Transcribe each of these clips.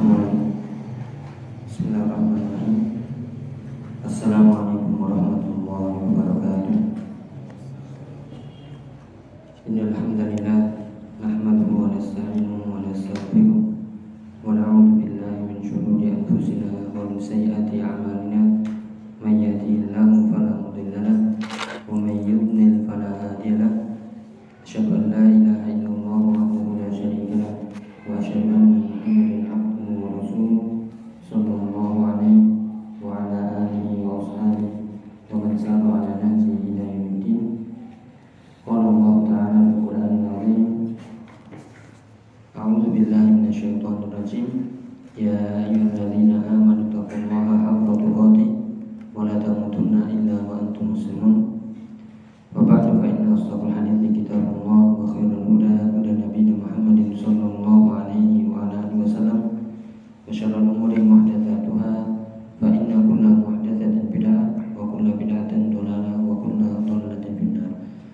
Bismillahirrahmanirrahim. Assalamualaikum warahmatullahi wabarakatuh. Innal hamdalillah nahmaduhu wa nasta'inuhu wa nastaghfiruh wa na'udzu billahi min shururi anfusina wa min sayyiati a'malina. May yahdihillahu fala mudilla lahu wa may yudlil fala hadiya lahu. Asyhadu an la ilaha illallah wahdahu la syarika lahu wa asyhadu anna Muhammadan abduhu wa rasuluh sallallahu alaihi wa ala alihi wa ashabihi wa man sara ala nahjihi ila yaumiddin. Qala Allah ta'ala fil Qur'anil 'azim. A'udzu billahi minasyaitonir rajim. Ya ayyuhalladzina amanu taqullaha haqqa tuqatih wa la tamutunna illa wa antum muslimun. Wa ba'du fa inna asdaqal hadithi kitabullah wa khairul huda huda nabiyina Muhammadin sallallahu alaihi wa ala alihi wasallam. Wa syarrul umuri muhdatsatuha fa inna kulla muhdatsatin bid'ah wa kulla bid'atin dhalalah wa kulla dhalalatin finnar.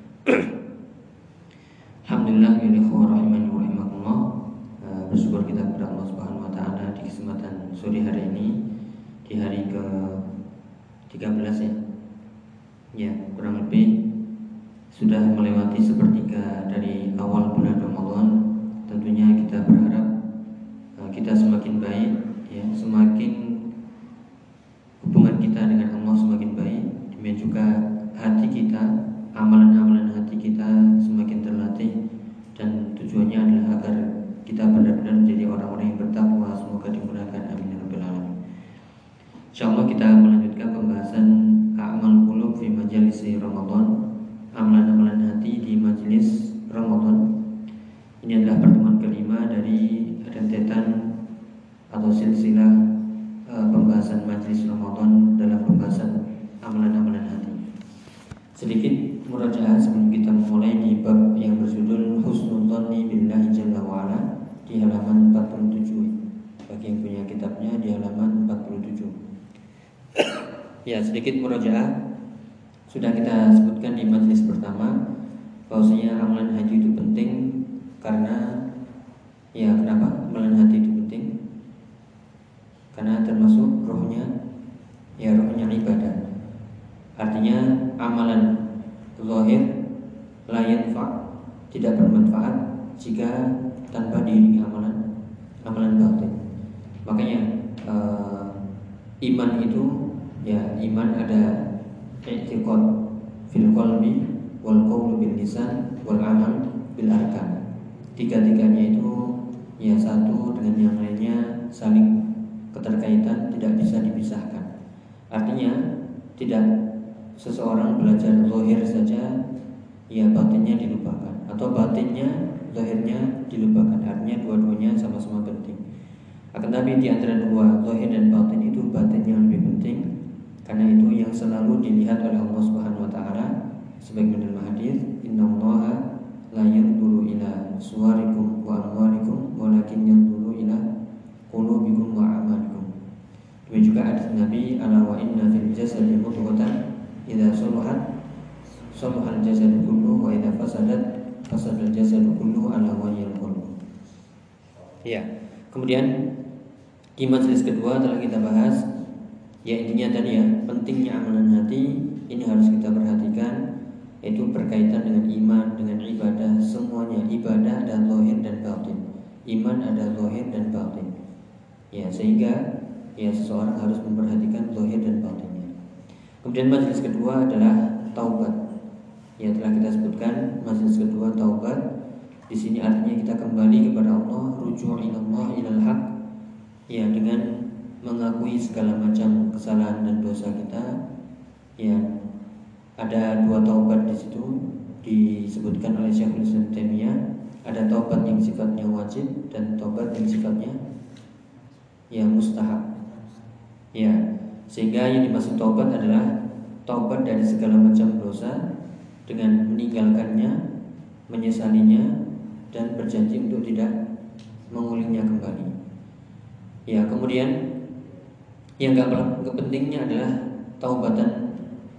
Alhamdulillah ya ikhwan rahimani wa rahimakumullah. Bersyukur kita kepada Allah Subhanahu wa taala di kesempatan sore hari ini, di hari ke-13 ya. Ya, kurang lebih sudah melewati sepertiga dari awal bulan Ramadan. Tentunya kita berharap kita semakin baik ya, semakin hubungan kita dengan Allah semakin baik. Demikian juga hati kita, amalan-amalan hati kita semakin terlatih, dan tujuannya adalah agar kita benar-benar menjadi orang-orang yang bertakwa. Semoga dimudahkan, amin ya rabbal alamin. Insyaallah kita melanjutkan pembahasan a'mal qulub fi majalisi Ramadan, amalan-amalan hati di majelis Ramadan. Ini adalah pertemuan kelima dari rentetan atau silsilah pembahasan majelis Ramadan dalam pembahasan amalan-amalan hati. Sedikit murajaah sebelum kita memulai di bab yang berjudul Husnul Dhanni Billahi Jalla wa Ala di halaman 47. Bagi yang punya kitabnya di halaman 47. Ya, sedikit murajaah. Sudah kita sebutkan di majelis pertama bahwasanya amalan haji itu penting karena ya, kenapa amalan hati itu penting? Karena termasuk rohnya ibadah. Artinya amalan zahir la yanfa, tidak bermanfaat jika tanpa diiringi amalan batin. Makanya iman itu ya, iman ada i'tiqad fil qalbi wal qawlu bil lisan wal amal bil arkan. Tiga-tiganya itu ya satu dengan yang lainnya saling keterkaitan, tidak bisa dipisahkan. Artinya tidak seseorang belajar zahir saja ya batinnya dilupakan, atau batinnya zahirnya dilupakan. Artinya dua-duanya sama-sama penting. Akan tapi di antara dua, zahir dan batin, itu batin yang lebih penting, karena itu yang selalu dilihat oleh Allah Subhanahu wa taala sebagaimana dalam hadis, innallaha la yanzuru ila suwarikum wa amwalikum walakin yanzuru ila qulubikum wa a'malikum. Demikian juga hadis Nabi, ala wa inna fil jasadi mudghatan idza salahat salahal jasadu kullu wa idza fasadat fasadal jasadu kullu ala wahyil qalb. Ya. Kemudian di majelis kedua telah kita bahas ya, intinya tadi ya, pentingnya amalan hati ini harus kita perhatikan, yaitu berkaitan dengan iman, dengan ibadah. Semuanya ibadah ada zahir dan batin. Iman ada zahir dan batin. Ya, sehingga ya seseorang harus memperhatikan zahir dan batinnya. Kemudian majelis kedua adalah taubat. Ya, telah kita sebutkan majelis kedua taubat. Di sini artinya kita kembali kepada Allah, ruju' ilallah ilal haq. Ya, dengan mengakui segala macam kesalahan dan dosa kita. Ya, ada dua taubat di situ disebutkan oleh Syekhul Islam Taimiyah. Ada taubat yang sifatnya wajib dan taubat yang sifatnya ya mustahab. Ya, sehingga yang dimaksud taubat adalah taubat dari segala macam dosa dengan meninggalkannya, menyesalinya, dan berjanji untuk tidak mengulinya kembali. Ya, kemudian yang gak pentingnya adalah taubatan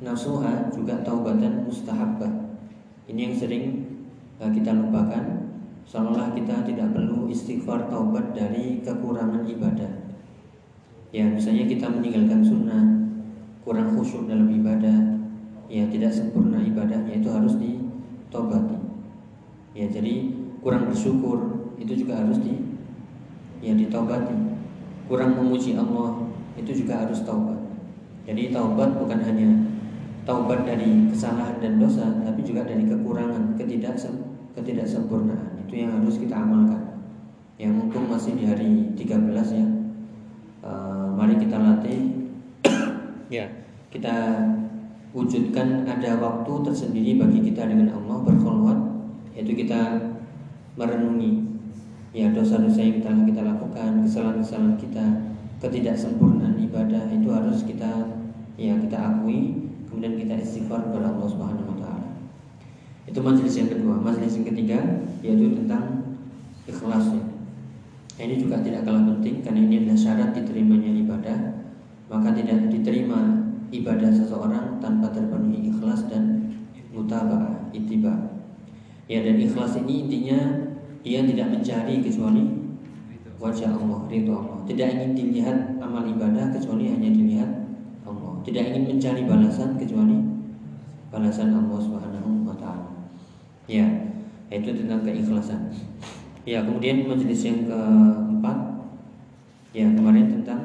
nasuha, juga taubatan mustahabbah. Ini yang sering kita lupakan, seolah kita tidak perlu istighfar taubat dari kekurangan ibadah. Ya, misalnya kita meninggalkan sunnah, kurang khusyuk dalam ibadah, ya tidak sempurna ibadahnya, itu harus ditobati. Ya, jadi kurang bersyukur itu juga harus ditobati. Kurang memuji Allah itu juga harus taubat. Jadi taubat bukan hanya taubat dari kesalahan dan dosa, tapi juga dari kekurangan, ketidaksempurnaan. Itu yang harus kita amalkan. Yang mumpung masih di hari 13 ya, mari kita latih. Ya, kita wujudkan ada waktu tersendiri bagi kita dengan Allah berkhulwat, yaitu kita merenungi ya dosa-dosa yang kita lakukan, kesalahan-kesalahan kita, ketidaksempurnaan ibadah itu harus kita akui, kemudian kita istighfar kepada Allah Subhanahu wa taala. Itu majelis yang kedua. Majelis yang ketiga yaitu tentang ikhlasnya. Ini juga tidak kalah penting karena ini adalah syarat diterimanya ibadah. Maka tidak diterima ibadah seseorang tanpa terpenuhi ikhlas dan mutaba'ah, ittiba. Ya, dan ikhlas ini intinya dia tidak mencari kecuali wajah Allah, ridho Allah. Tidak ingin dilihat amal ibadah kecuali hanya dilihat Allah. Tidak ingin mencari balasan kecuali balasan Allah Subhanahu wa taala. Ya, itu tentang keikhlasan. Ya, kemudian majelis yang keempat ya kemarin tentang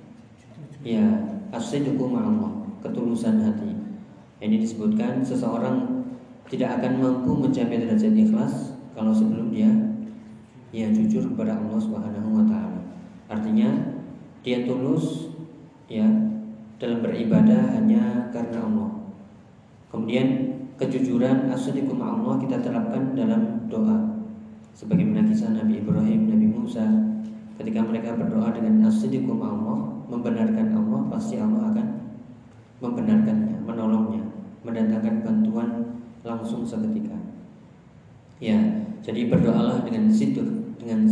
ya as-sidqu ma'allah, ketulusan hati. Ini disebutkan seseorang tidak akan mampu mencapai derajat ikhlas kalau sebelum dia jujur kepada Allah Subhanahu wa taala. Artinya dia tulus ya dalam beribadah hanya karena Allah. Kemudian kejujuran as-sidqu ma'allah kita terapkan dalam doa. Sebagaimana kisah Nabi Ibrahim, Nabi Musa, ketika mereka berdoa dengan as-sidqu ma'allah, membenarkan Allah, pasti Allah akan membenarkannya, menolongnya, mendatangkan bantuan langsung seketika. Ya, jadi berdoalah dengan sidq, dengan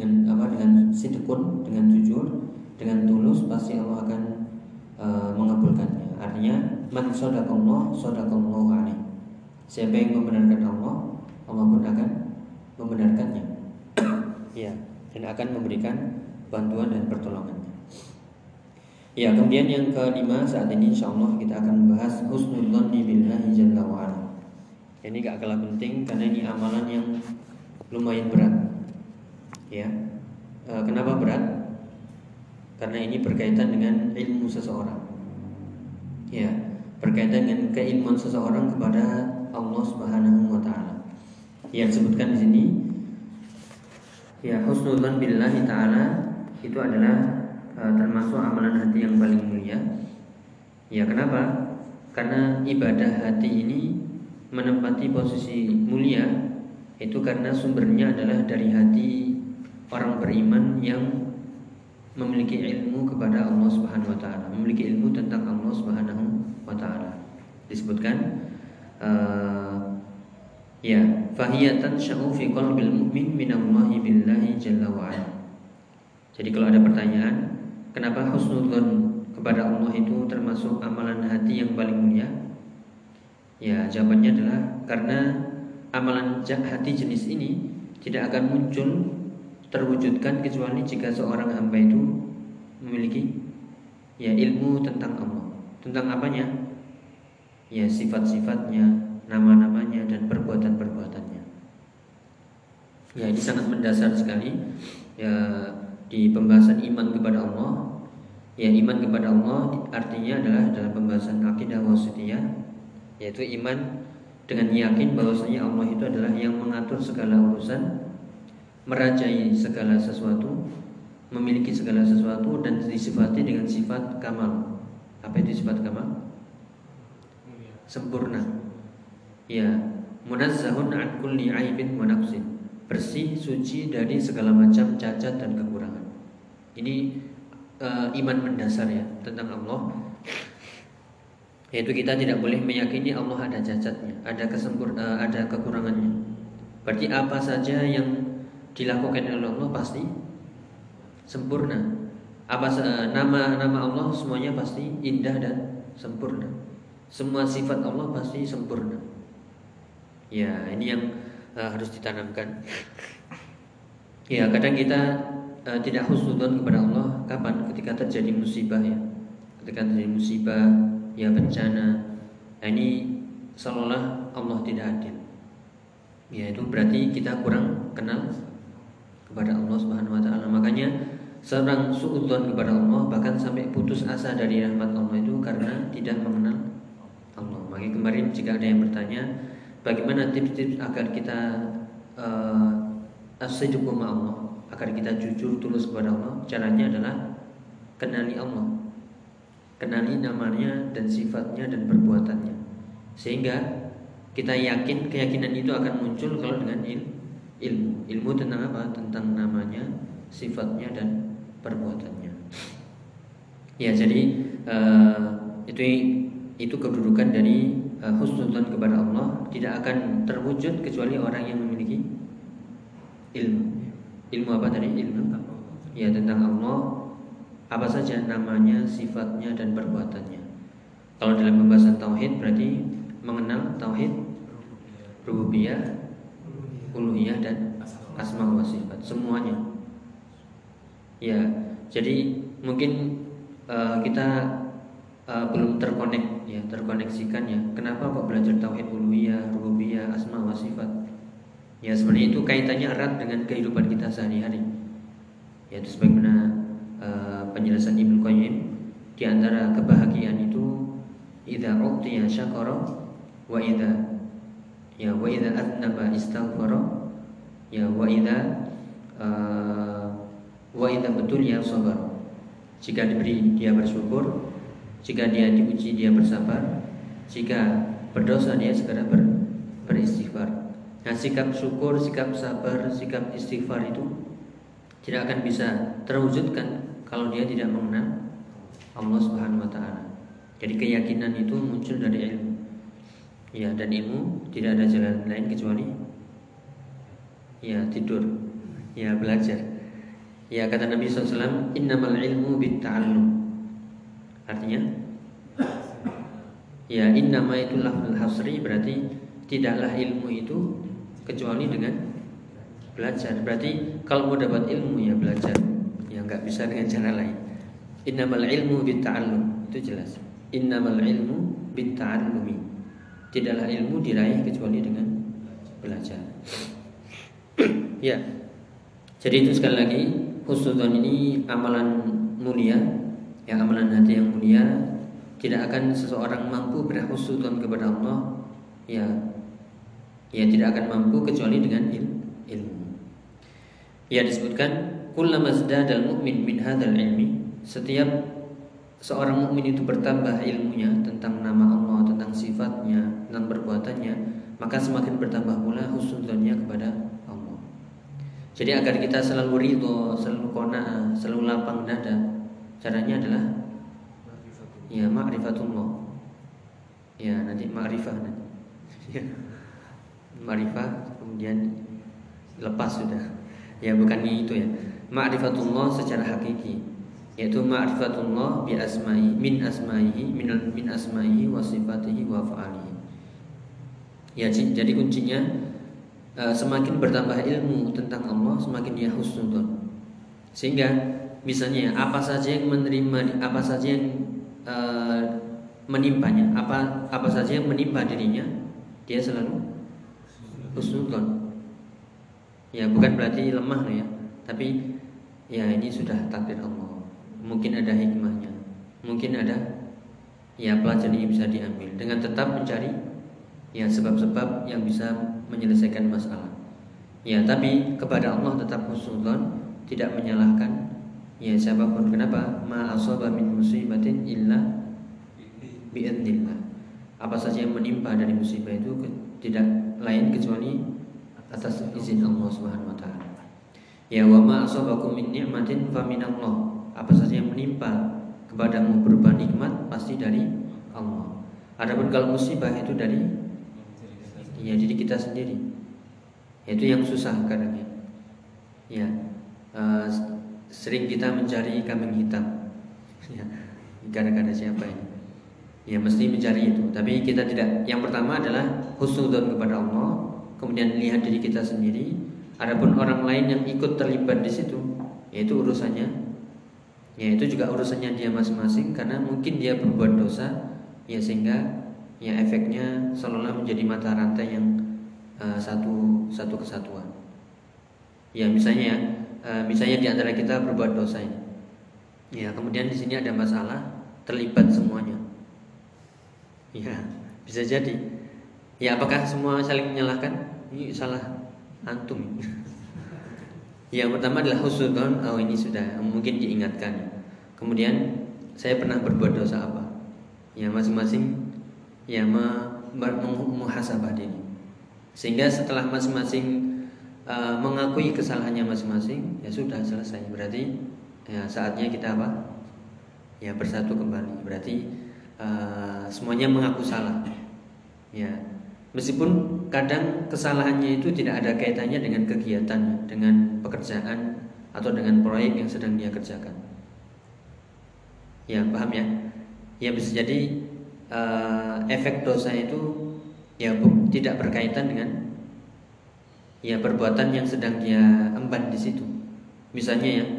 sidqun, dengan jujur, dengan tulus, pasti Allah akan mengabulkannya. Artinya, man shadaqallah, shadaqallahu alaihi. Siapa yang membenarkan Allah, Allah pun akan membenarkannya. Ya, dan akan memberikan bantuan dan pertolongannya. Ya, kemudian yang kelima saat ini insyaallah kita akan membahas husnul dzanni billahi jalla wa ala. Ini gak kalah penting karena ini amalan yang lumayan berat. Ya. Kenapa berat? Karena ini berkaitan dengan ilmu seseorang. Ya, berkaitan dengan keilmuan seseorang kepada Allah Subhanahu wa taala. Yang disebutkan di sini ya husnul dzan billahi taala itu adalah termasuk amalan hati yang paling mulia. Ya, kenapa? Karena ibadah hati ini menempati posisi mulia itu karena sumbernya adalah dari hati orang beriman yang memiliki ilmu kepada Allah Subhanahu wa taala, memiliki ilmu tentang Allah Subhanahu wa taala. Disebutkan ya fahiyatan sya'u fi qalbil mu'min minallahi billahi jalla wa ala. Jadi kalau ada pertanyaan, kenapa husnudzon kepada Allah itu termasuk amalan hati yang paling mulia? Ya, jawabannya adalah karena amalan hati jenis ini tidak akan muncul terwujudkan kecuali jika seorang hamba itu memiliki ya ilmu tentang Allah. Tentang apanya? Ya, sifat-sifatnya, nama-namanya dan perbuatan-perbuatannya. Ya, ini sangat mendasar sekali ya di pembahasan iman kepada Allah. Ya, iman kepada Allah artinya adalah dalam pembahasan akidah wasithiyah, yaitu iman dengan yakin bahwasanya Allah itu adalah yang mengatur segala urusan, merajai segala sesuatu, memiliki segala sesuatu dan disifati dengan sifat kamal. Apa itu sifat kamal? Sempurna. Ya, munazzahun an kulli aibin wa naqsin. Bersih, suci dari segala macam cacat dan kekurangan. Ini iman mendasar ya tentang Allah. Yaitu kita tidak boleh meyakini Allah ada cacatnya, ada kekurangannya. Berarti apa saja yang dilakukan oleh Allah pasti sempurna. Nama-nama Allah semuanya pasti indah dan sempurna. Semua sifat Allah pasti sempurna. Ya, ini yang harus ditanamkan. Ya, kadang kita tidak husnudzon kepada Allah kapan? Ketika terjadi musibah ya. Ketika terjadi musibah, ya bencana. Nah, ini seolah Allah tidak adil. Ya, itu berarti kita kurang kenal kepada Allah Subhanahu wa taala. Makanya seorang suudzon kepada Allah bahkan sampai putus asa dari rahmat Allah itu karena tidak mengenal Allah. Makanya kemarin jika ada yang bertanya, bagaimana tips-tips agar kita as-sidqu Allah, agar kita jujur tulus kepada Allah? Caranya adalah kenali Allah. Kenali namanya dan sifatnya dan perbuatannya. Sehingga kita yakin, keyakinan itu akan muncul kalau dengan ilmu. Ilmu tentang apa? Tentang namanya, sifatnya dan perbuatannya. Ya, jadi itu kedudukan dari husnudzon kepada Allah tidak akan terwujud kecuali orang yang memiliki ilmu. Ilmu apa tadi? Ilmu ya tentang Allah, apa saja namanya, sifatnya dan perbuatannya. Kalau dalam pembahasan tauhid berarti mengenal tauhid rububiyah, uluhiyah dan asma wa sifat semuanya. Ya, jadi mungkin kita belum terkoneksikan ya. Kenapa kok belajar tauhid uluhiyah, rububiyah, asma wa sifat? Ya, sebenarnya itu kaitannya erat dengan kehidupan kita sehari-hari. Yaitu sebagaimana penjelasan Ibnu Qayyim, di antara kebahagiaan itu idza u'tiya syakara wa idza atnaba istaghfara ya wa idza betul ya sabar. Jika diberi dia bersyukur, jika dia diuji dia bersabar, jika berdosa dia segera beristighfar. Nah, sikap syukur, sikap sabar, sikap istighfar itu tidak akan bisa terwujudkan kalau dia tidak mengenal Allah Subhanahu wa taala. Jadi keyakinan itu muncul dari ilmu. Ya, dan ilmu tidak ada jalan lain kecuali ya tidur, ya belajar. Ya, kata Nabi SAW, innamal ilmu bitta'allum. Artinya ya, innama itu lafzul hasri, berarti tidaklah ilmu itu kecuali dengan belajar. Berarti kalau mau dapat ilmu ya belajar. Ya, enggak bisa dengan cara lain. Innamal ilmu bitta'allum, itu jelas. Innamal ilmu bitta'allumi. Tidaklah ilmu diraih kecuali dengan belajar. Ya. Jadi itu sekali lagi, husnudzon ini amalan mulia, ya amalan hati yang mulia. Tidak akan seseorang mampu berhusnudzon kepada Allah, ya tidak akan mampu kecuali dengan ilmu. Ya, disebutkan kullama zdadal mu'min min hadzal ilmi, setiap seorang mukmin itu bertambah ilmunya tentang nama Allah, tentang sifatnya, tentang perbuatannya, maka semakin bertambah pula husnudzonnya kepada Allah. Jadi agar kita selalu ridho, selalu qanaah, selalu lapang dada, caranya adalah ya ma'rifatullah. Ya, nanti ma'rifah nanti. Ma'rifah kemudian lepas sudah. Ya, bukan itu ya. Ma'rifatullah secara hakiki, yaitu ma'rifatullah bi asma'i min asma'ihi min asma'ihi wa sifatihi wa af'alihi. Ya, jadi kuncinya semakin bertambah ilmu tentang Allah, semakin dia husnudzon. Sehingga misalnya apa saja yang menerima, apa saja yang menimpanya, apa saja yang menimpa dirinya, dia selalu husnudzon. Ya, bukan berarti lemah ya, tapi ya ini sudah takdir Allah. Mungkin ada hikmahnya, mungkin ada ya pelajaran yang bisa diambil dengan tetap mencari ya sebab-sebab yang bisa menyelesaikan masalah. Ya, tapi kepada Allah tetap husnudzon, tidak menyalahkan ya siapapun. Kenapa? Ma asaba min musibatin illa bi'idznillah. Apa saja yang menimpa dari musibah itu tidak lain kecuali atas izin Allah Subhanahu wa taala. Ya, wa ma asabakum min ni'matin fa minallah. Apa saja yang menimpa kepadamu berupa nikmat pasti dari Allah. Adapun kalau musibah itu dari ya diri kita sendiri. Itu yang susah kadang ya. Ya, sering kita mencari kambing hitam. Ya, gara-gara siapa ini? Ya, mesti mencari itu. Tapi kita tidak. Yang pertama adalah husnudzon kepada Allah, kemudian lihat diri kita sendiri, Adapun orang lain yang ikut terlibat di situ, yaitu urusannya, ya itu juga urusannya dia masing-masing, karena mungkin dia berbuat dosa, ya sehingga ya efeknya seolah-olah menjadi mata rantai yang satu kesatuan. Ya misalnya misalnya di antara kita berbuat dosa ini, ya kemudian di sini ada masalah, terlibat semuanya. Ya bisa jadi. Ya apakah semua saling menyalahkan? Ini salah antum. Yang pertama adalah husnudzon, oh ini sudah mungkin diingatkan. Kemudian saya pernah berbuat dosa apa? Ya masing-masing ya muhasabah diri. Sehingga setelah masing-masing mengakui kesalahannya masing-masing, ya sudah selesai. Berarti ya saatnya kita apa? Ya bersatu kembali. Berarti semuanya mengaku salah. Ya. Meskipun kadang kesalahannya itu tidak ada kaitannya dengan kegiatannya, dengan pekerjaan atau dengan proyek yang sedang dia kerjakan. Ya paham ya? Ya bisa jadi efek dosa itu ya tidak berkaitan dengan ya perbuatan yang sedang dia emban di situ. Misalnya ya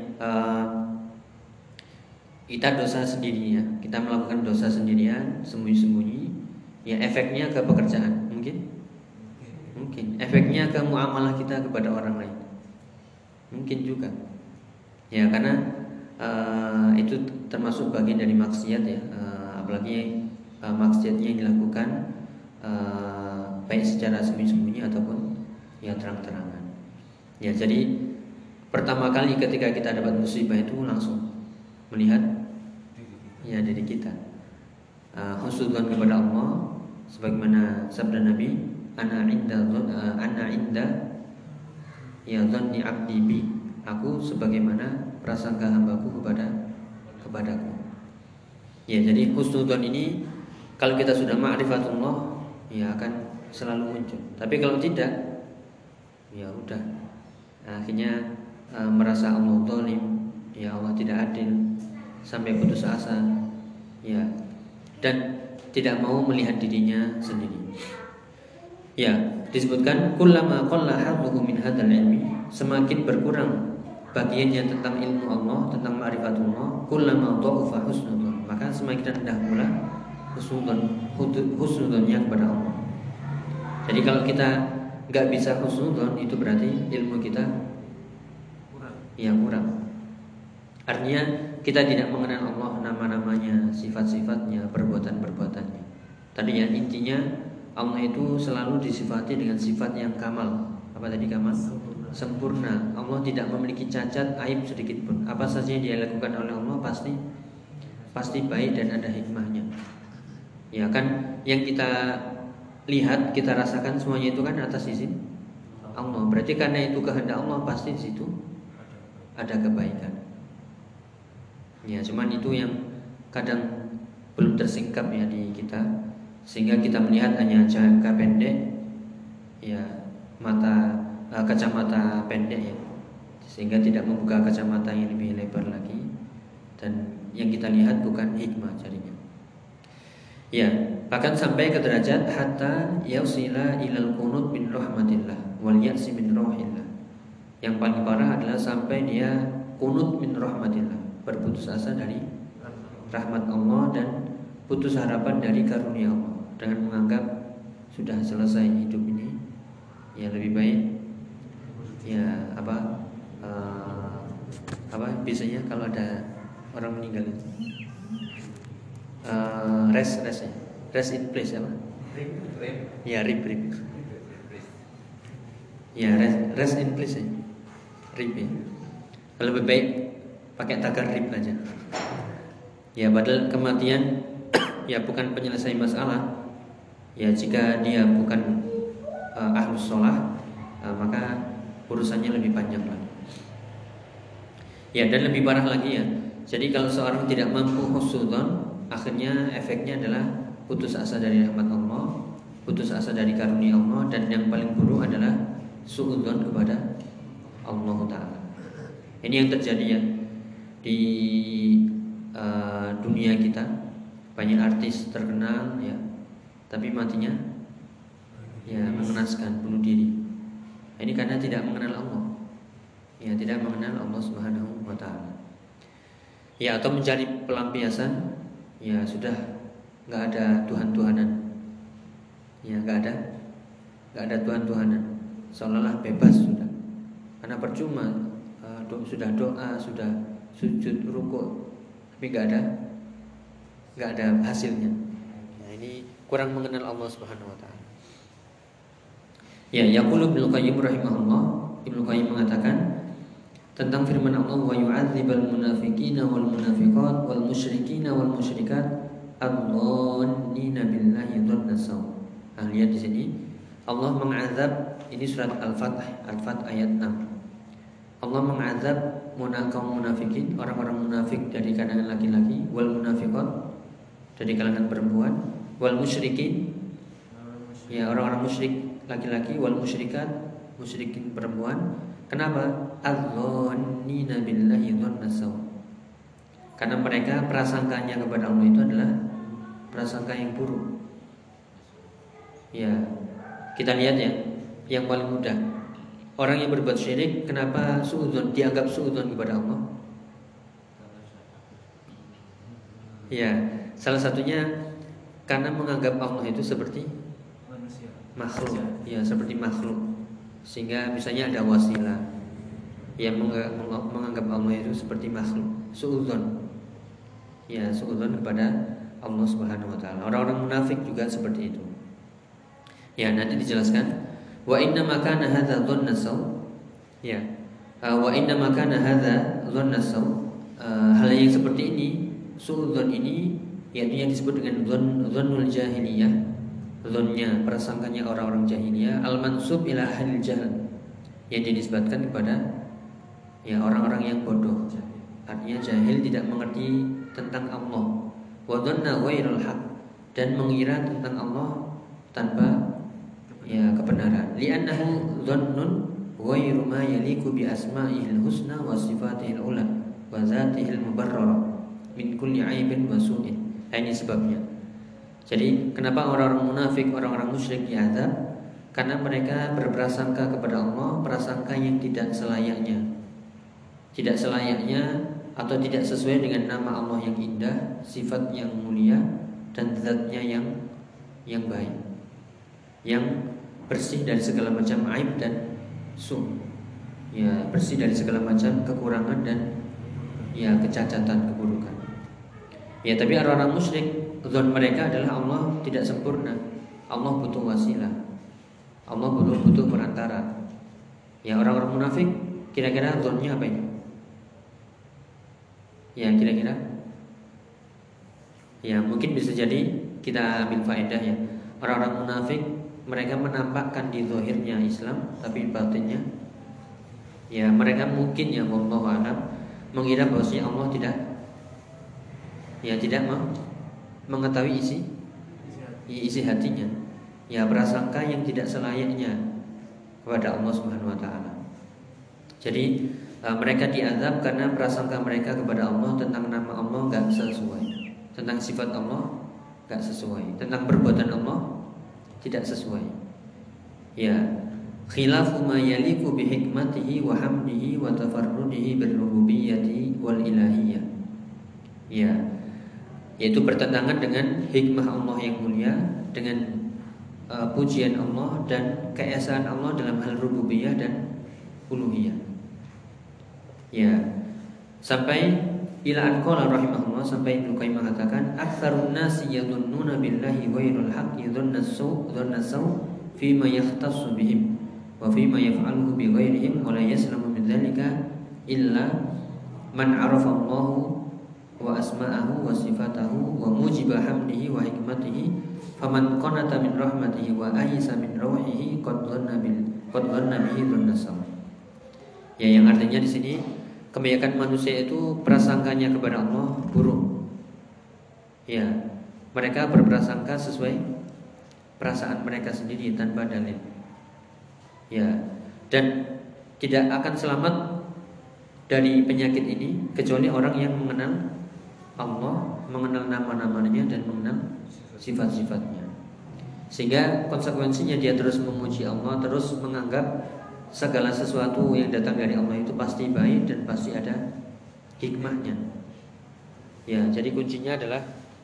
kita dosa sendiri ya, kita melakukan dosa sendirian sembunyi-sembunyi, ya efeknya ke pekerjaan. Mungkin efeknya ke muamalah kita kepada orang lain, mungkin juga ya, karena itu termasuk bagian dari maksiat ya, apalagi maksiatnya yang dilakukan baik secara sembunyi-sembunyi ataupun ya terang-terangan. Ya jadi pertama kali ketika kita dapat musibah itu langsung melihat ya diri kita, husnudzon kepada Allah, sebagaimana sabda Nabi, ana inda ya dzanni abdi bi, aku sebagaimana prasangka hambaku kepadaku. Ya jadi husnudzon ini kalau kita sudah ma'rifatullah ya akan selalu muncul. Tapi kalau tidak, ya udah akhirnya merasa Allah zalim, ya Allah tidak adil, sampai putus asa, ya, dan tidak mau melihat dirinya sendiri. Ya, disebutkan kullama qalla hadduhu min hadzal ilmi, semakin berkurang bagiannya tentang ilmu Allah, tentang ma'rifatullah, kullama dha'afa husnudzon, maka semakin rendah pula husnudzonnya kepada Allah. Jadi kalau kita enggak bisa husnudzon, itu berarti ilmu kita kurang. Artinya kita tidak mengenal Allah, nama-namanya, sifat-sifatnya, perbuatan-perbuatannya. Tadi ya intinya Allah itu selalu disifati dengan sifat yang kamal. Apa tadi kamal? Sempurna. Allah tidak memiliki cacat, aib sedikit pun. Apa saja yang dia lakukan oleh Allah pasti baik dan ada hikmahnya. Ya kan, yang kita lihat, kita rasakan semuanya itu kan atas izin Allah. Berarti karena itu kehendak Allah, pasti di situ ada kebaikan. Ya, cuman itu yang kadang belum tersingkap ya di kita, sehingga kita melihat hanya jangka pendek, ya kacamata pendek ya, sehingga tidak membuka kacamata yang lebih lebar lagi, dan yang kita lihat bukan hikmah jadinya. Ya, bahkan sampai ke derajat hatta yausila ilal qunut min rahmatillah wal ya'si min rahillah. Yang paling parah adalah sampai dia qunut min rahmatillah, berputus asa dari rahmat Allah dan putus harapan dari karunia Allah, dengan menganggap sudah selesai hidup ini, ya lebih baik ya biasanya kalau ada orang meninggal itu rest in place apa? Ya rib. Ya rest in place ya. Rib ya. Kalau lebih baik pakai tagar rib aja. Ya padahal kematian ya bukan penyelesai masalah. Ya jika dia bukan ahlus sholah, maka urusannya lebih panjang lagi. Ya dan lebih parah lagi ya. Jadi kalau seorang tidak mampu husnudzon, akhirnya efeknya adalah putus asa dari rahmat Allah, putus asa dari karunia Allah, dan yang paling buruk adalah suudzon kepada Allah Ta'ala. Ini yang terjadi ya di dunia kita. Banyak artis terkenal ya, tapi matinya ya mengenaskan, bunuh diri. Ini karena tidak mengenal Allah. Ya, tidak mengenal Allah Subhanahu wa taala. Ya, atau mencari pelampiasan, ya sudah enggak ada Tuhan-tuhanan. Ya, enggak ada Tuhan-tuhanan. Seolah-olah bebas sudah. Karena percuma sudah doa, sudah sujud, rukuk, tapi enggak ada hasilnya. Nah, ini kurang mengenal Allah Subhanahu wa taala. Ya, yaqulu Ibnu Qayyim rahimahullah, Ibnu Qayyim mengatakan tentang firman Allah, wa yu'adzibal munafiqina wal munafiqat wal musyrikina wal musyrikat adh-dhannina billahi dhanna saw. Nah, lihat di sini Allah mengazab, ini surat Al-Fath ayat 6. Allah mengazab kaum munafikin, orang-orang munafik dari kalangan laki-laki, wal munafiqat dari kalangan perempuan, wal musyrikin, ya orang-orang musyrik laki-laki, wal musyrikat, musyrikin perempuan. Kenapa? Adh-dhannina billahi dhanna saw. Karena mereka prasangkanya kepada Allah itu adalah prasangka yang buruk. Ya, kita lihat ya, yang paling mudah. Orang yang berbuat syirik, kenapa suudzon, dianggap suudzon kepada Allah? Ya, salah satunya karena menganggap Allah itu seperti makhluk. Ya, seperti makhluk. Sehingga misalnya ada wasilah yang menganggap Allah itu seperti makhluk, suudzon. Ya, suudzon kepada Allah Subhanahu wa taala. Orang-orang munafik juga seperti itu. Ya, nanti dijelaskan. Wa inna ma kana hadza dhanna saw. Ya. Wa inna ma kana hadza dhanna saw. Hal yang seperti ini, suudzon ini, yaitu yang disebut dengan dhannul jahiliyah. Dhonnya, prasangkanya orang-orang jahiliyah, al-mansub ila ahlil jahl, yang dinisbatkan kepada ya orang-orang yang bodoh. Artinya jahil, tidak mengerti tentang Allah. Wa dhanna ghairul haq, dan mengira tentang Allah tanpa ya kebenaran. Li'annahu dhannun ghairu ma yaliqu bi asma'ihil husna wa sifatihil ula wa dzatihil mubarrarah min kulli aibin wa su'in. Ini sebabnya. Jadi kenapa orang-orang munafik, orang-orang musyrik diazab? Karena mereka berprasangka kepada Allah prasangka yang tidak selayaknya. Tidak selayaknya atau tidak sesuai dengan nama Allah yang indah, sifat yang mulia, dan zatnya yang baik, yang bersih dari segala macam aib dan su'. Ya, bersih dari segala macam kekurangan dan ya kecacatan, keburukan. Ya, tapi orang-orang musyrik, zon mereka adalah Allah tidak sempurna. Allah butuh wasilah. Allah butuh perantara. Ya, orang-orang munafik kira-kira zonnya apa ini? Ya, kira-kira. Ya, mungkin bisa jadi kita ambil faedah ya. Orang-orang munafik mereka menampakkan di zahirnya Islam, tapi batinnya ya mereka mungkin ya wallahu a'lam mengira bahwasanya Allah tidak mengetahui isi hatinya. Ya, prasangka yang tidak selayaknya kepada Allah Subhanahu wa taala. Jadi mereka diazab karena prasangka mereka kepada Allah tentang nama Allah enggak sesuai, tentang sifat Allah enggak sesuai, tentang perbuatan Allah tidak sesuai. Ya, khilafu ma yaliqu bi hikmatihi wa hamdihi wa tafarrudihi bil rububiyyati wal ilahiyyah. Ya, yaitu bertentangan dengan hikmah Allah yang mulia, dengan pujian Allah dan keesaan Allah dalam hal rububiyah dan uluhiyah. Ya, sampai ila anqala rahimahullah, sampai Ibnu Qayyim mengatakan aktsarun nasi yadhunnuna billahi ghairul haqqi dhanna saw fi ma yahtassu bihim wa fi ma yaf'aluhu bi ghairihim wa la yaslamu min dzalika illa man 'arafa Allah wa asma'ahu wa sifatahu wa mujiba hamdihi wa hikmatihi faman qanata min rahmatihi wa ayisa min rawhihi qad dhanna bihi dhanna saw. Ya, yang artinya di sini kebanyakan manusia itu prasangkanya kepada Allah buruk. Ya, mereka berprasangka sesuai perasaan mereka sendiri tanpa dalil. Ya, dan tidak akan selamat dari penyakit ini kecuali orang yang mengenal Allah, mengenal nama-namanya dan mengenal sifat-sifatnya. Sehingga konsekuensinya dia terus memuji Allah, terus menganggap segala sesuatu yang datang dari Allah itu pasti baik dan pasti ada hikmahnya. Ya, jadi kuncinya adalah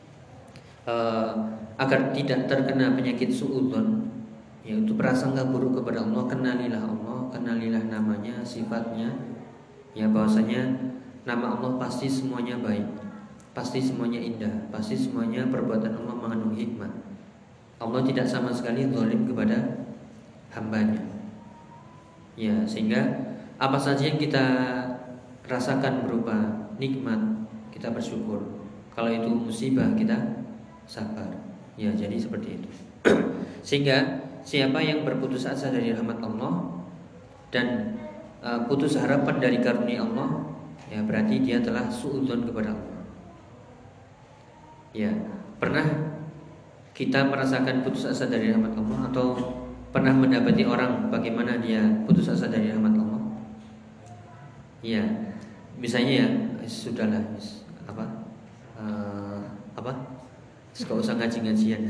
agar tidak terkena penyakit suudzon, yaitu prasangka buruk kepada Allah. Kenalilah Allah, kenalilah namanya, sifatnya. Ya, bahwasanya nama Allah pasti semuanya baik, pasti semuanya indah, pasti semuanya perbuatan Allah mengandung hikmah. Allah tidak sama sekali zalim kepada hambanya. Ya, sehingga apa saja yang kita rasakan berupa nikmat, kita bersyukur. Kalau itu musibah, kita sabar. Ya, jadi seperti itu. Sehingga siapa yang berputus asa dari rahmat Allah dan putus harapan dari karunia Allah, ya berarti dia telah suudzon kepada Allah. Ya, pernah kita merasakan putus asa dari rahmat Allah, atau pernah mendapati orang bagaimana dia putus asa dari rahmat Allah? Ya, misalnya ya, sudahlah, gak usah ngaji-ngajian.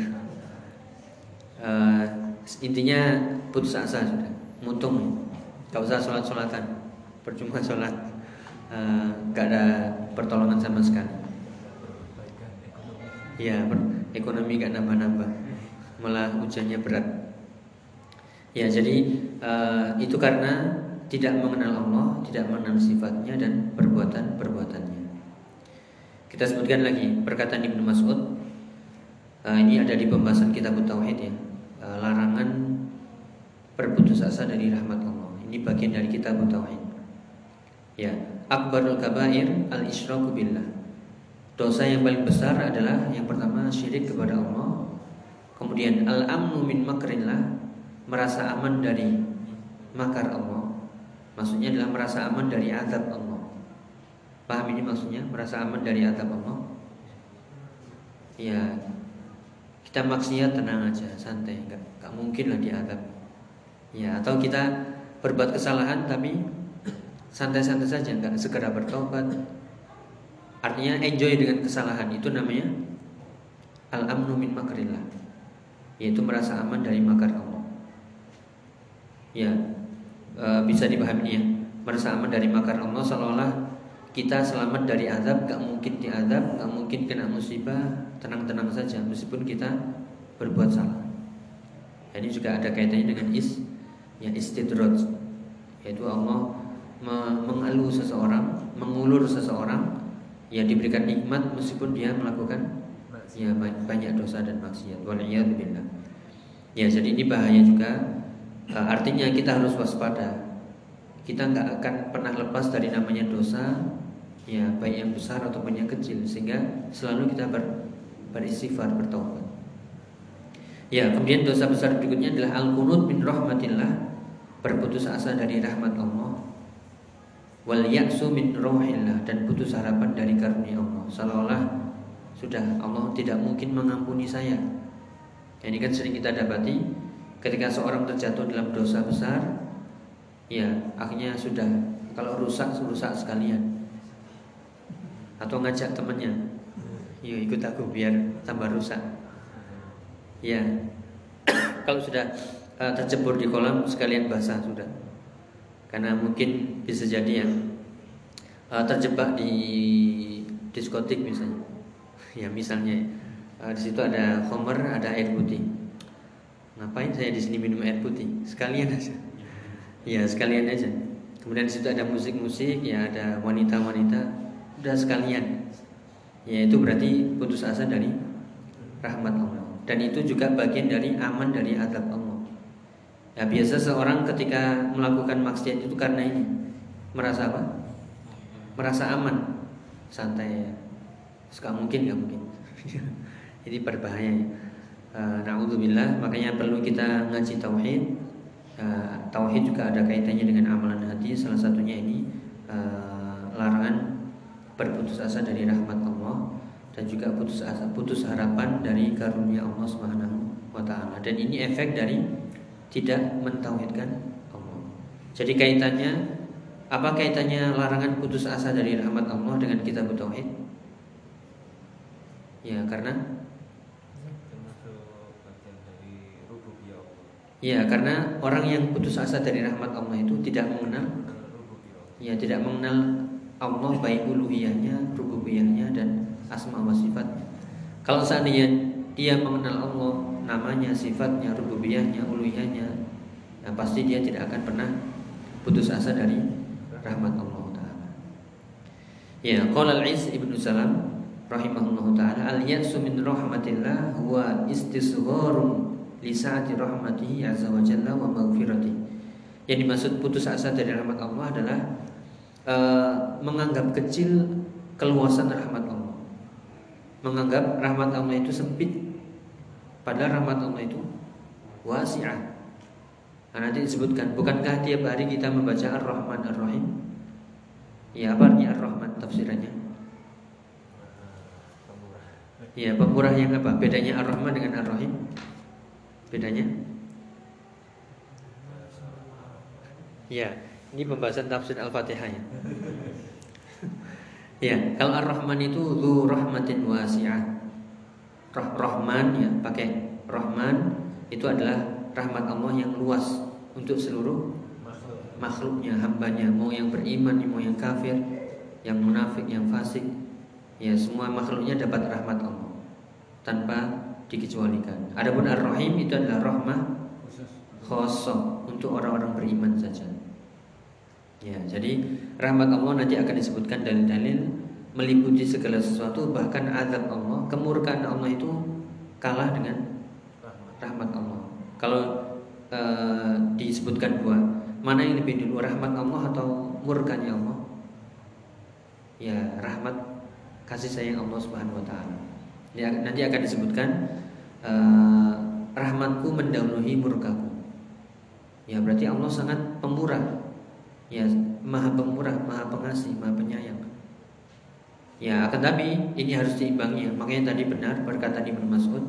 Intinya putus asa sudah, mutung, gak usah sholat-sholatan, percuma sholat, gak ada pertolongan sama sekali. Ya, ekonomi gak nambah-nambah, malah hujannya berat. Ya, jadi itu karena tidak mengenal Allah, tidak mengenal sifatnya dan perbuatan-perbuatannya. Kita sebutkan lagi perkataan Ibnu Mas'ud. Ini ada di pembahasan kitab Tauhid ya. Larangan berputus asa dari rahmat Allah. Ini bagian dari kitab Tauhid. Ya, akbarul kabair al-isyraku billah. Dosa yang paling besar adalah yang pertama syirik kepada Allah. Kemudian al-amnu min makrillah, merasa aman dari makar Allah. Maksudnya adalah merasa aman dari azab Allah. Paham ini maksudnya? Merasa aman dari azab Allah. Ya, kita maksiat tenang aja, santai, gak mungkin lah diazab. Ya, atau kita berbuat kesalahan tapi santai-santai saja, gak segera bertobat. Artinya enjoy dengan kesalahan, itu namanya al-amnu min makrillah, yaitu merasa aman dari makar Allah. Ya, bisa dipahami ya. Merasa aman dari makar Allah seolah-olah kita selamat dari azab, gak mungkin diazab, gak mungkin kena musibah, tenang-tenang saja meskipun kita berbuat salah. Ini juga ada kaitannya dengan istidraj, yaitu Allah mengalu seseorang, mengulur seseorang, ya diberikan nikmat meskipun dia melakukan ya banyak dosa dan maksiat. Waliyadzubillah. Ya, jadi ini bahaya juga. Artinya kita harus waspada. Kita nggak akan pernah lepas dari namanya dosa, ya baik yang besar ataupun yang kecil, sehingga selalu kita beristighfar, bertaubat. Ya, kemudian dosa besar berikutnya adalah al-qunut min rahmatillah, berputus asa dari rahmat Allah. Wal ya'su min rauhillah, dan putus harapan dari karunia Allah. Seolah-olah sudah Allah tidak mungkin mengampuni saya. Ini kan sering kita dapati ketika seorang terjatuh dalam dosa besar. Ya, akhirnya sudah, kalau rusak sekalian. Atau ngajak temannya, yuk ikut aku biar tambah rusak. Ya, kalau sudah tercebur di kolam sekalian basah sudah. Karena mungkin bisa jadi yang terjebak di diskotik misalnya. Ya, misalnya di situ ada khamr, ada air putih. Ngapain saya di sini minum air putih? Sekalian aja. Ya, sekalian aja. Kemudian di situ ada musik-musik, ya ada wanita-wanita, udah sekalian. Ya, itu berarti putus asa dari rahmat Allah. Dan itu juga bagian dari aman dari azab Allah. Ya, biasa seorang ketika melakukan maksiat itu karena ini merasa apa? Merasa aman, santai. Gak mungkin. Ini berbahaya. Na'udzubillah. Makanya perlu kita ngaji tauhid. Tauhid juga ada kaitannya dengan amalan hati. Salah satunya ini larangan berputus asa dari rahmat Allah, dan juga putus harapan dari karunia Allah Subhanahu wa taala. Dan ini efek dari tidak mentauhidkan Allah. Jadi apa kaitannya larangan putus asa dari rahmat Allah dengan kitab tauhid? Ya, karena Ya, karena orang yang putus asa dari rahmat Allah itu tidak mengenal, ya tidak mengenal Allah baik uluhiyahnya, rububiyahnya dan asma wa sifat. Kalau seandainya dia mengenal Allah, namanya, sifatnya, rububiyahnya, uluhiyahnya, ya pasti dia tidak akan pernah putus asa dari rahmat Allah Ta'ala. Ya, qala al-Is ibnu Salam rahimahullah ta'ala, al-ya'su min rahmatillah huwa istisgharun li sa'ati rahmatihi azza wa jalla wa maghfiratihi. Yang dimaksud putus asa dari rahmat Allah adalah menganggap kecil keluasan rahmat Allah, menganggap rahmat Allah itu sempit, padahal rahmat Allah itu wasi'ah. Nanti disebutkan, bukankah tiap hari kita membaca Ar-Rahman Ar-Rahim? Ya, apa artinya Ar-Rahman tafsirannya? Ya, pemurah yang apa? Bedanya Ar-Rahman dengan Ar-Rahim? Bedanya? Ya, ini pembahasan tafsir Al-Fatihah ya. Ya, kalau Ar-Rahman itu dzu rahmatin wasi'ah. Rahman ya, pakai Rahman itu adalah rahmat Allah yang luas untuk seluruh makhluknya, hambanya, mau yang beriman, mau yang kafir, yang munafik, yang fasik, ya semua makhluknya dapat rahmat Allah tanpa dikecualikan. Adapun Ar-Rahim itu adalah rahmah khusus untuk orang-orang beriman saja. Ya, jadi rahmat Allah nanti akan disebutkan dalil-dalil meliputi segala sesuatu, bahkan azab Allah, kemurkaan Allah itu kalah dengan rahmat Allah. Kalau disebutkan dua, mana yang lebih dulu, rahmat Allah atau murkanya Allah? Ya, rahmat kasih sayang Allah Subhanahu wa taala. Ya, nanti akan disebutkan rahmatku mendahului murkaku. Ya, berarti Allah sangat pemurah. Ya, maha pemurah, maha pengasih, maha penyayang. Ya, akan tapi ini harus diimbangi. Makanya tadi benar perkataan Ibnu Mas'ud,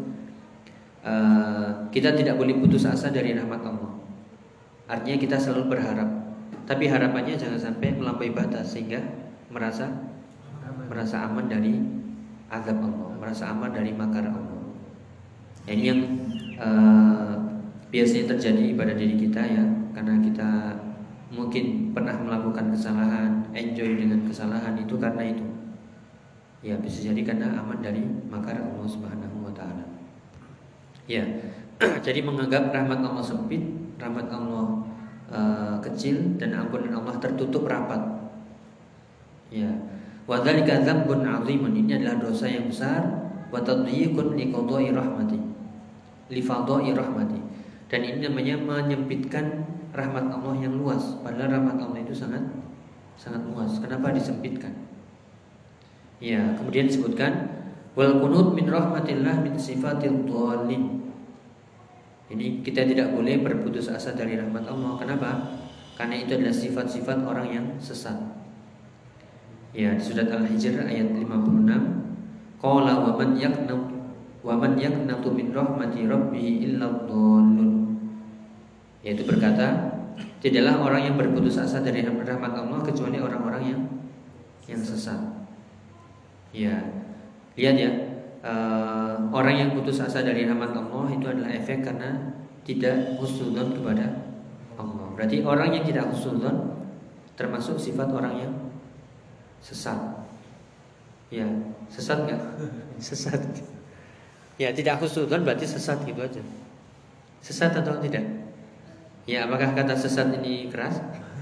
kita tidak boleh putus asa dari rahmat Allah. Artinya kita selalu berharap, tapi harapannya jangan sampai melampaui batas sehingga merasa aman dari azab Allah, merasa aman dari makar Allah. Ini yang biasanya terjadi pada diri kita ya, karena kita mungkin pernah melakukan kesalahan, enjoy dengan kesalahan itu karena itu. Ya, bisa jadi karena aman dari makar Allah Subhanahu wa taala. Ya. Jadi menganggap rahmat Allah sempit, rahmat Allah kecil, dan ampunan Allah tertutup rapat. Ya. Wa dzalika dzambun 'azimun, ini adalah dosa yang besar, wa tadyiqun li qada'i rahmati. Li fadha'i rahmati. Dan ini namanya menyempitkan rahmat Allah yang luas, padahal rahmat Allah itu sangat luas. Kenapa disempitkan? Ya, kemudian disebutkan wal qunut min rahmatillah min sifatil dhalin. Ini kita tidak boleh berputus asa dari rahmat Allah. Kenapa? Karena itu adalah sifat-sifat orang yang sesat. Ya, di surat Al-Hijr ayat 56, qala wa man yaqnatu min rahmati rabbih illa dhallun. Yaitu berkata, tidaklah orang yang berputus asa dari rahmat Allah kecuali orang-orang yang sesat. Ya, lihat ya, orang yang putus asa dari rahmat Allah itu adalah efek karena tidak husnudzon kepada Allah. Berarti orang yang tidak husnudzon termasuk sifat orang yang sesat. Ya, sesat nggak? Sesat. Ya, tidak husnudzon berarti sesat gitu aja. Sesat atau tidak? Ya, apakah kata sesat ini keras?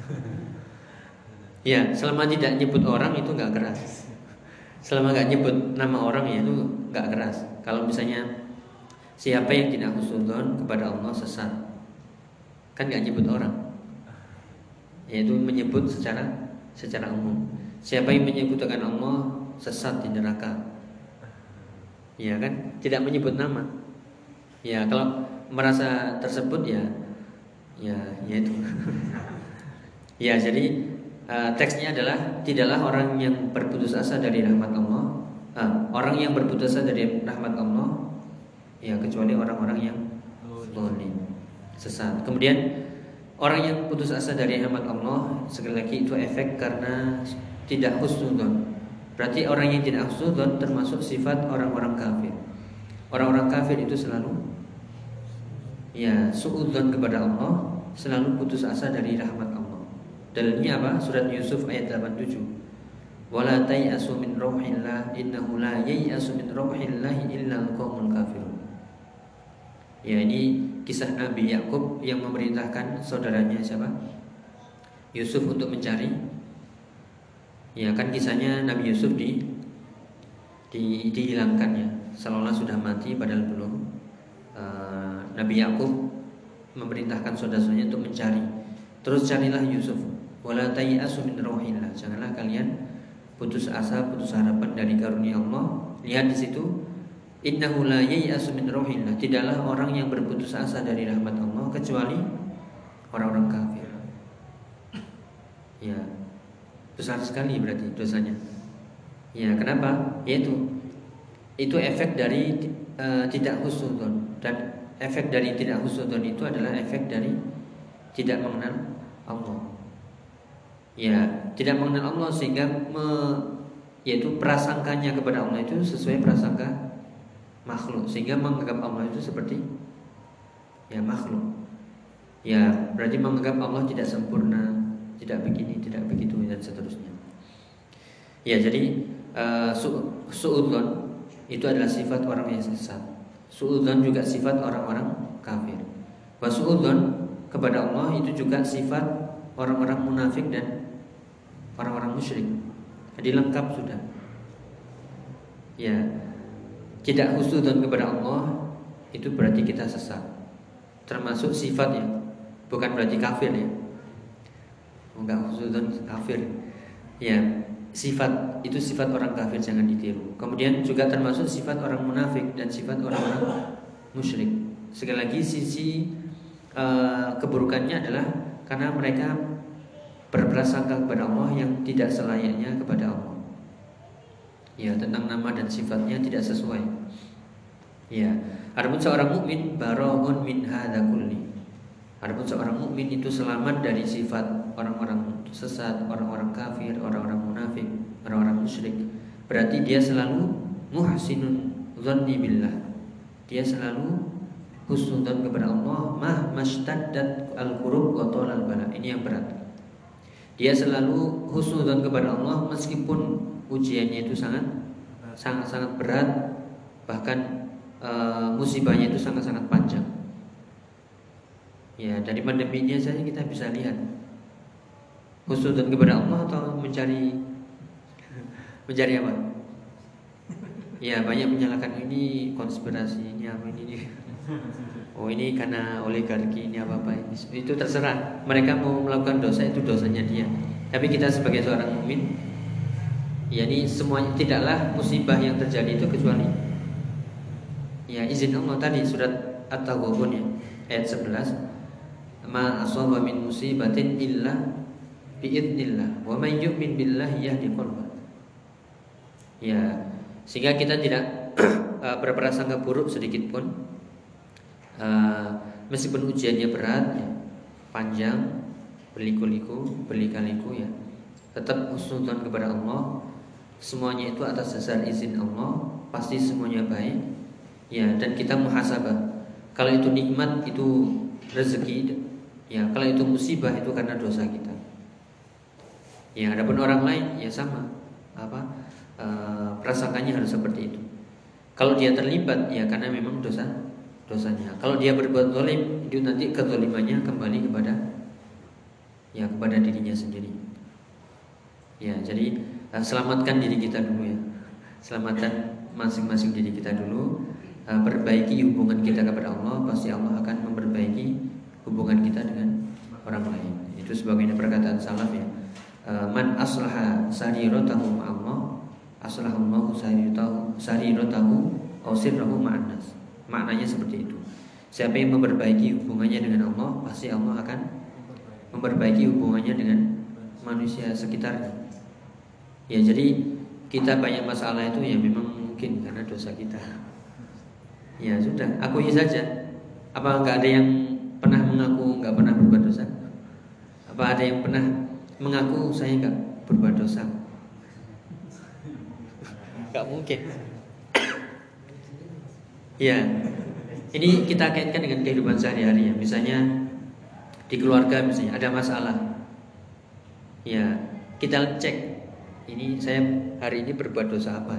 Ya, selama tidak nyebut orang itu nggak keras. Selama nggak nyebut nama orang ya itu nggak keras. Kalau misalnya siapa yang tidak husnudzon kepada Allah sesat, kan nggak nyebut orang, yaitu menyebut secara umum. Siapa yang menyebutkan Allah sesat di neraka, ya kan? Tidak menyebut nama. Ya, kalau merasa tersebut ya itu. Ya, jadi teksnya adalah tidaklah orang yang berputus asa dari rahmat Allah, orang yang berputus asa dari rahmat Allah, ya kecuali orang-orang yang zalim, sesat. Kemudian orang yang putus asa dari rahmat Allah, sekali lagi itu efek karena tidak husnudzon. Berarti orang yang tidak husnudzon termasuk sifat orang-orang kafir. Orang-orang kafir itu selalu Ya, suudzon kepada Allah, selalu putus asa dari rahmat Allah. Dalilnya apa? Surat Yusuf ayat 87. Wala tai'asu min rauhillah innahu la yai'asu min rauhillah illa al-qaumul kafirun. Ya, ini kisah Nabi Yakub yang memerintahkan saudaranya siapa? Yusuf untuk mencari. Ya, kan kisahnya Nabi Yusuf dihilangkannya, seolah sudah mati padahal belum. Nabi Yakub memerintahkan saudara-saudaranya untuk mencari. Terus carilah Yusuf. Wala tai'asu min rauhillah. Janganlah kalian putus asa, putus harapan dari karunia Allah. Lihat di situ, innahu la yai'asu min rauhillah. Tidaklah orang yang berputus asa dari rahmat Allah kecuali orang-orang kafir. Ya, besar sekali berarti dosanya. Ya, kenapa? Yaitu itu efek dari tidak husnudzon, dan efek dari tidak husnudzon itu adalah efek dari tidak mengenal Allah. Ya, tidak mengenal Allah sehingga yaitu prasangkanya kepada Allah itu sesuai prasangka makhluk, sehingga menganggap Allah itu seperti ya makhluk. Ya, berarti menganggap Allah tidak sempurna, tidak begini, tidak begitu, dan seterusnya. Ya, jadi suudzon itu adalah sifat orang yang sesat. Suudzon juga sifat orang-orang kafir. Wa suudzon kepada Allah itu juga sifat orang-orang munafik dan orang-orang musyrik. Jadi lengkap sudah. Ya, tidak husnudzon kepada Allah itu berarti kita sesat. Termasuk sifatnya, bukan berarti kafir ya. Enggak husnudzon kafir. Ya, sifat itu sifat orang kafir, jangan ditiru. Kemudian juga termasuk sifat orang munafik dan sifat orang-orang musyrik. Sekali lagi sisi keburukannya adalah karena mereka berprasangka kepada Allah yang tidak selayaknya kepada Allah. Ya, tentang nama dan sifatnya tidak sesuai. Ya, adapun seorang mukmin bara'un min hadza kulli. Adapun seorang mukmin itu selamat dari sifat orang-orang sesat, orang-orang kafir, orang-orang munafik, orang-orang musyrik. Berarti dia selalu muhsinun dzanni billah. Dia selalu husnudzon kepada Allah, mashtaddat al-qurub wa talal bala. Ini yang berat. Dia selalu husnudzon kepada Allah meskipun ujiannya itu sangat berat, bahkan musibahnya itu sangat panjang. Ya, dari pandeminya saja kita bisa lihat husnudzon kepada Allah atau mencari apa? Ya, banyak menyalahkan ini konspirasi, ini apa ini. Oh, ini karena oligarki, ini apa ini. Itu terserah. Mereka mau melakukan dosa, itu dosanya dia. Tapi kita sebagai seorang mukmin, yakni semuanya tidaklah musibah yang terjadi itu kecuali ya izin Allah tadi, surat At-Taghabun ya, ayat 11. Ma asaba min musibatin illa biidznillah wa may yu'min billahi yahdi qalbah. Ya, sehingga kita tidak berprasangka buruk sedikit pun, meskipun ujiannya berat ya, panjang, berliku-liku ya, tetap husnudzon kepada Allah. Semuanya itu atas dasar izin Allah, pasti semuanya baik. Ya, dan kita muhasabah. Kalau itu nikmat itu rezeki, ya, kalau itu musibah itu karena dosa kita. Ya, adapun orang lain ya sama, prasangkanya harus seperti itu. Kalau dia terlibat ya karena memang dosanya. Kalau dia berbuat zalim, itu nanti kezalimannya kembali kepada dirinya sendiri. Ya, jadi selamatkan diri kita dulu ya. Selamatkan masing-masing diri kita dulu. Perbaiki hubungan kita kepada Allah, pasti Allah akan memperbaiki hubungan kita dengan orang lain. Itu sebagaimana perkataan salaf ya. Man aslaha sariratahu ma'allah aslahallahu sariratahu aw sirrahu ma'an nas. Maknanya seperti itu. Siapa yang memperbaiki hubungannya dengan Allah, pasti Allah akan memperbaiki hubungannya dengan manusia sekitarnya. Ya, jadi kita banyak masalah itu ya memang mungkin karena dosa kita. Ya sudah, akui saja. Apa enggak ada yang pernah mengaku enggak pernah berbuat dosa? Apa ada yang pernah mengaku saya enggak berbuat dosa? Enggak mungkin. Ya. Ini kita kaitkan dengan kehidupan sehari-hari ya. Misalnya di keluarga misalnya ada masalah. Ya, kita cek ini saya hari ini berbuat dosa apa.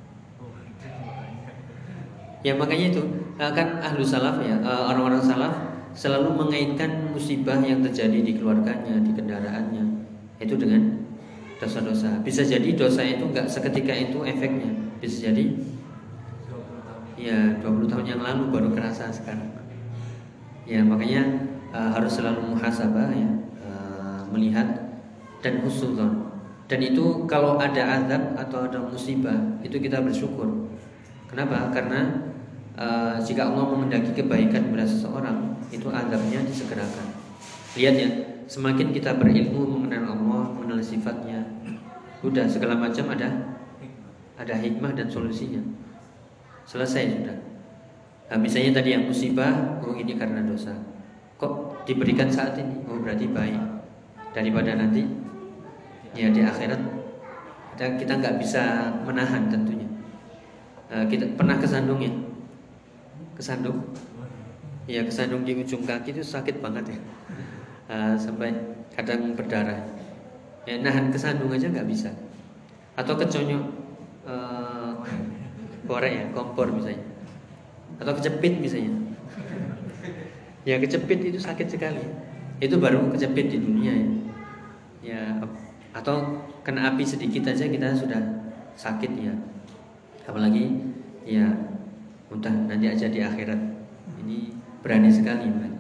Ya makanya itu kan ahlu salaf ya, orang-orang salaf selalu mengaitkan musibah yang terjadi di keluarganya, di kendaraannya itu dengan dosa-dosa. Bisa jadi dosa itu enggak seketika itu efeknya. Bisa jadi ya 20 tahun yang lalu baru kerasa sekarang. Ya makanya harus selalu muhasabah ya, melihat dan husnudzon. Dan itu kalau ada azab atau ada musibah itu kita bersyukur. Kenapa? Karena jika Allah menghendaki kebaikan pada seseorang, itu azabnya disegerakan. Lihat ya, semakin kita berilmu mengenal Allah, mengenal sifatnya, udah segala macam ada hikmah dan solusinya. Selesai sudah. Nah, misalnya tadi yang musibah, oh ini karena dosa. Kok diberikan saat ini? Oh berarti baik. Daripada nanti ya di akhirat kita nggak bisa menahan tentunya. Kita pernah kesandung ya? Kesandung? Ya kesandung di ujung kaki itu sakit banget ya. Sampai kadang berdarah. Ya, nahan kesandung aja nggak bisa. Atau keconyok korek ya, kompor misalnya. Atau kecepit misalnya. Ya kecepit itu sakit sekali. Itu baru kecepit di dunia ya. Ya atau kena api sedikit aja kita sudah sakit ya. Apalagi ya udah nanti aja di akhirat. Ini berani sekali Pak.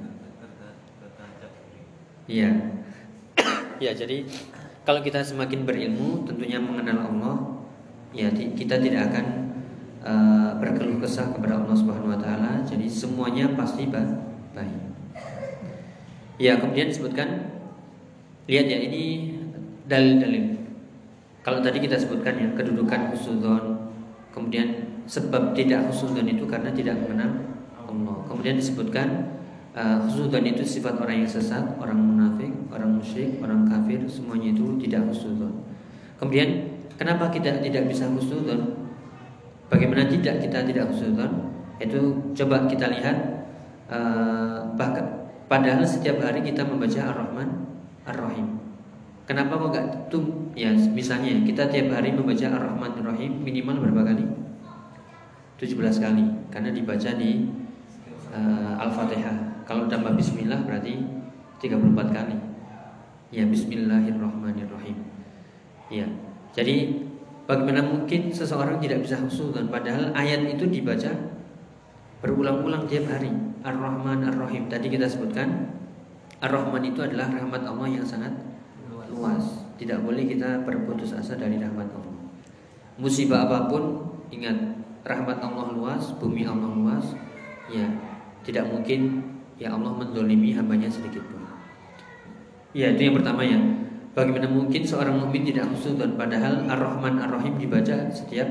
Iya. Ya jadi kalau kita semakin berilmu tentunya mengenal Allah, ya kita tidak akan berkeluh kesah kepada Allah Subhanahu wa taala. Jadi semuanya pasti baik. Ya, kemudian disebutkan lihat ya ini dalil-dalil. Kalau tadi kita sebutkan ya kedudukan husnudzon, kemudian sebab tidak husnudzon itu karena tidak mengenal Allah. Kemudian disebutkan husnudzon itu sifat orang yang sesat, orang munafik, orang musyrik, orang kafir, semuanya itu tidak husnudzon. Kemudian kenapa kita tidak bisa husnudzon? Bagaimana kita tidak husnudzon? Itu coba kita lihat bahkan padahal setiap hari kita membaca Ar-Rahman Ar-Rahim. Kenapa kok enggak tuh? Ya, misalnya kita tiap hari membaca Ar-Rahman Ar-Rahim minimal berapa kali? 17 kali karena dibaca di Al-Fatihah. Kalau tambah bismillah berarti 34 kali. Ya, bismillahirrahmanirrahim. Ya. Jadi bagaimana mungkin seseorang tidak bisa husnudzon padahal ayat itu dibaca berulang-ulang tiap hari. Ar-Rahman Ar-Rahim. Tadi kita sebutkan Ar-Rahman itu adalah rahmat Allah yang sangat luas. Tidak boleh kita berputus asa dari rahmat Allah. Musibah apapun ingat rahmat Allah luas, bumi Allah luas. Ya, tidak mungkin ya Allah menzalimi hambanya sedikit pun. Ya, itu yang pertama ya. Bagaimana mungkin seorang mukmin tidak husnudzon padahal Ar-Rahman Ar-Rahim dibaca setiap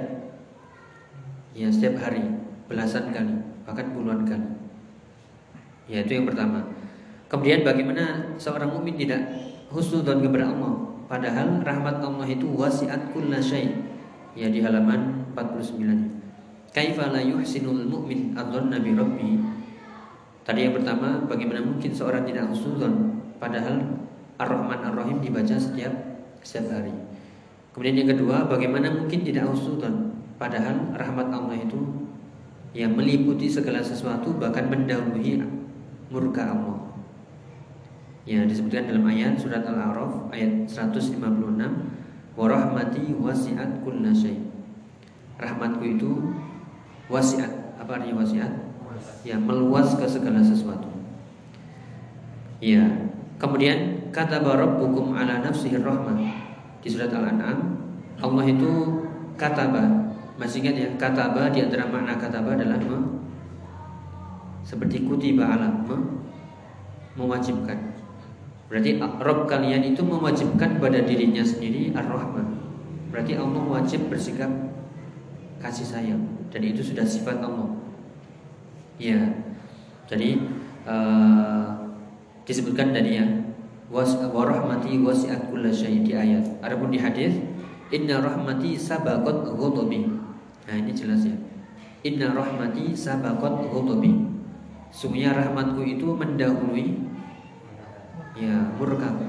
hari, belasan kali, bahkan puluhan kali. Ya, itu yang pertama. Kemudian bagaimana seorang mukmin tidak husnudzon kepada Allah padahal rahmat Allah itu wasi'at kulla syai'. Ya, di halaman 49. Kaifa la yuhsinul mu'min adzanna bi rabbi. Tadi yang pertama, bagaimana mungkin seorang tidak husnudzon padahal Ar-Rahman Ar-Rahim dibaca setiap hari. Kemudian yang kedua, bagaimana mungkin tidak husnudzon padahal rahmat Allah itu yang meliputi segala sesuatu bahkan mendahului murka Allah. Ya, disebutkan dalam ayat surat Al-A'raf ayat 156, wa rahmati wasi'at kulla syai'. Rahmatku itu wasi'at. Apa artinya wasi'at? Ya, meluas ke segala sesuatu. Ya, kemudian kata rabbukum ala nafsihi rahmah. Di surat Al-An'am Allah itu kataba. Masih ingat ya, kataba di antara makna kataba adalah seperti kutiba ala, mewajibkan. Berarti Rabb kalian itu mewajibkan pada dirinya sendiri Ar-Rahman. Berarti Allah wajib bersikap kasih sayang dan itu sudah sifat Allah. Ya. Jadi disebutkan tadi ya wa rahmati wasi'at kulla syai' di ayat. Adapun di hadis inna rahmati sabaqat ghadabi. Nah, ini jelas ya. Inna rahmati sabaqat ghadabi. Sungguhnya rahmatku itu mendahului ya murkaku.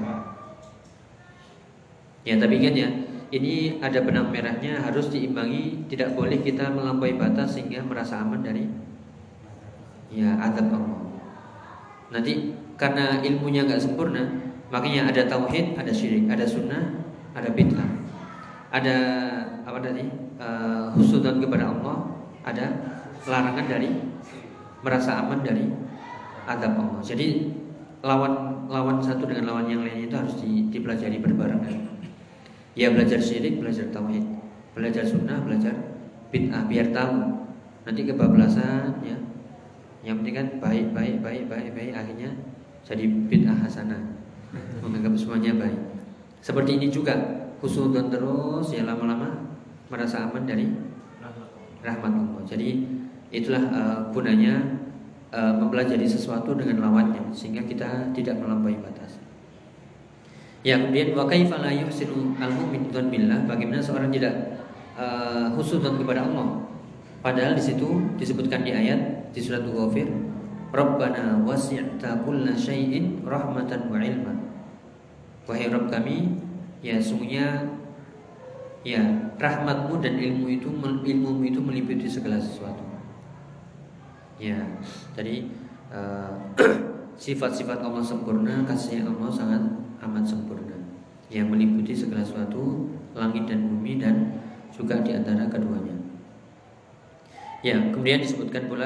Ya, tapi ingat ya, ini ada benang merahnya, harus diimbangi, tidak boleh kita melampaui batas sehingga merasa aman dari ya azab Allah. Nanti karena ilmunya nggak sempurna, makanya ada tauhid, ada syirik, ada sunnah, ada bid'ah, ada apa tadi? Husnudzon kepada Allah, ada larangan dari merasa aman dari azab Allah. Jadi lawan satu dengan lawan yang lainnya itu harus dipelajari berbarengan. Ya, belajar syirik, belajar tauhid, belajar sunnah, belajar bid'ah, biar tahu. Nanti kebablasan ya. Yang penting kan baik, akhirnya jadi bid'ah hasanah, menganggap semuanya baik. Seperti ini juga, husnudzon terus ya, lama-lama merasa aman dari rahmat Allah. Jadi itulah gunanya mempelajari sesuatu dengan lawannya, sehingga kita tidak melampaui batas. Ya, kemudian wa kaifa la yuhsinu al-mu'min dzan billah, bagaimana seorang tidak husnudzon kepada Allah. Padahal di situ disebutkan di ayat di surat Ghafir, Rabbana wasi'ta kulla syai'in rahmatan wa ilma. Wahai Rabb kami, ya sungguhnya ya rahmatmu dan ilmumu itu meliputi segala sesuatu. Ya, jadi sifat-sifat Allah sempurna, kasih Allah sangat amat sempurna, yang meliputi segala sesuatu, langit dan bumi dan juga di antara keduanya. Ya, kemudian disebutkan pula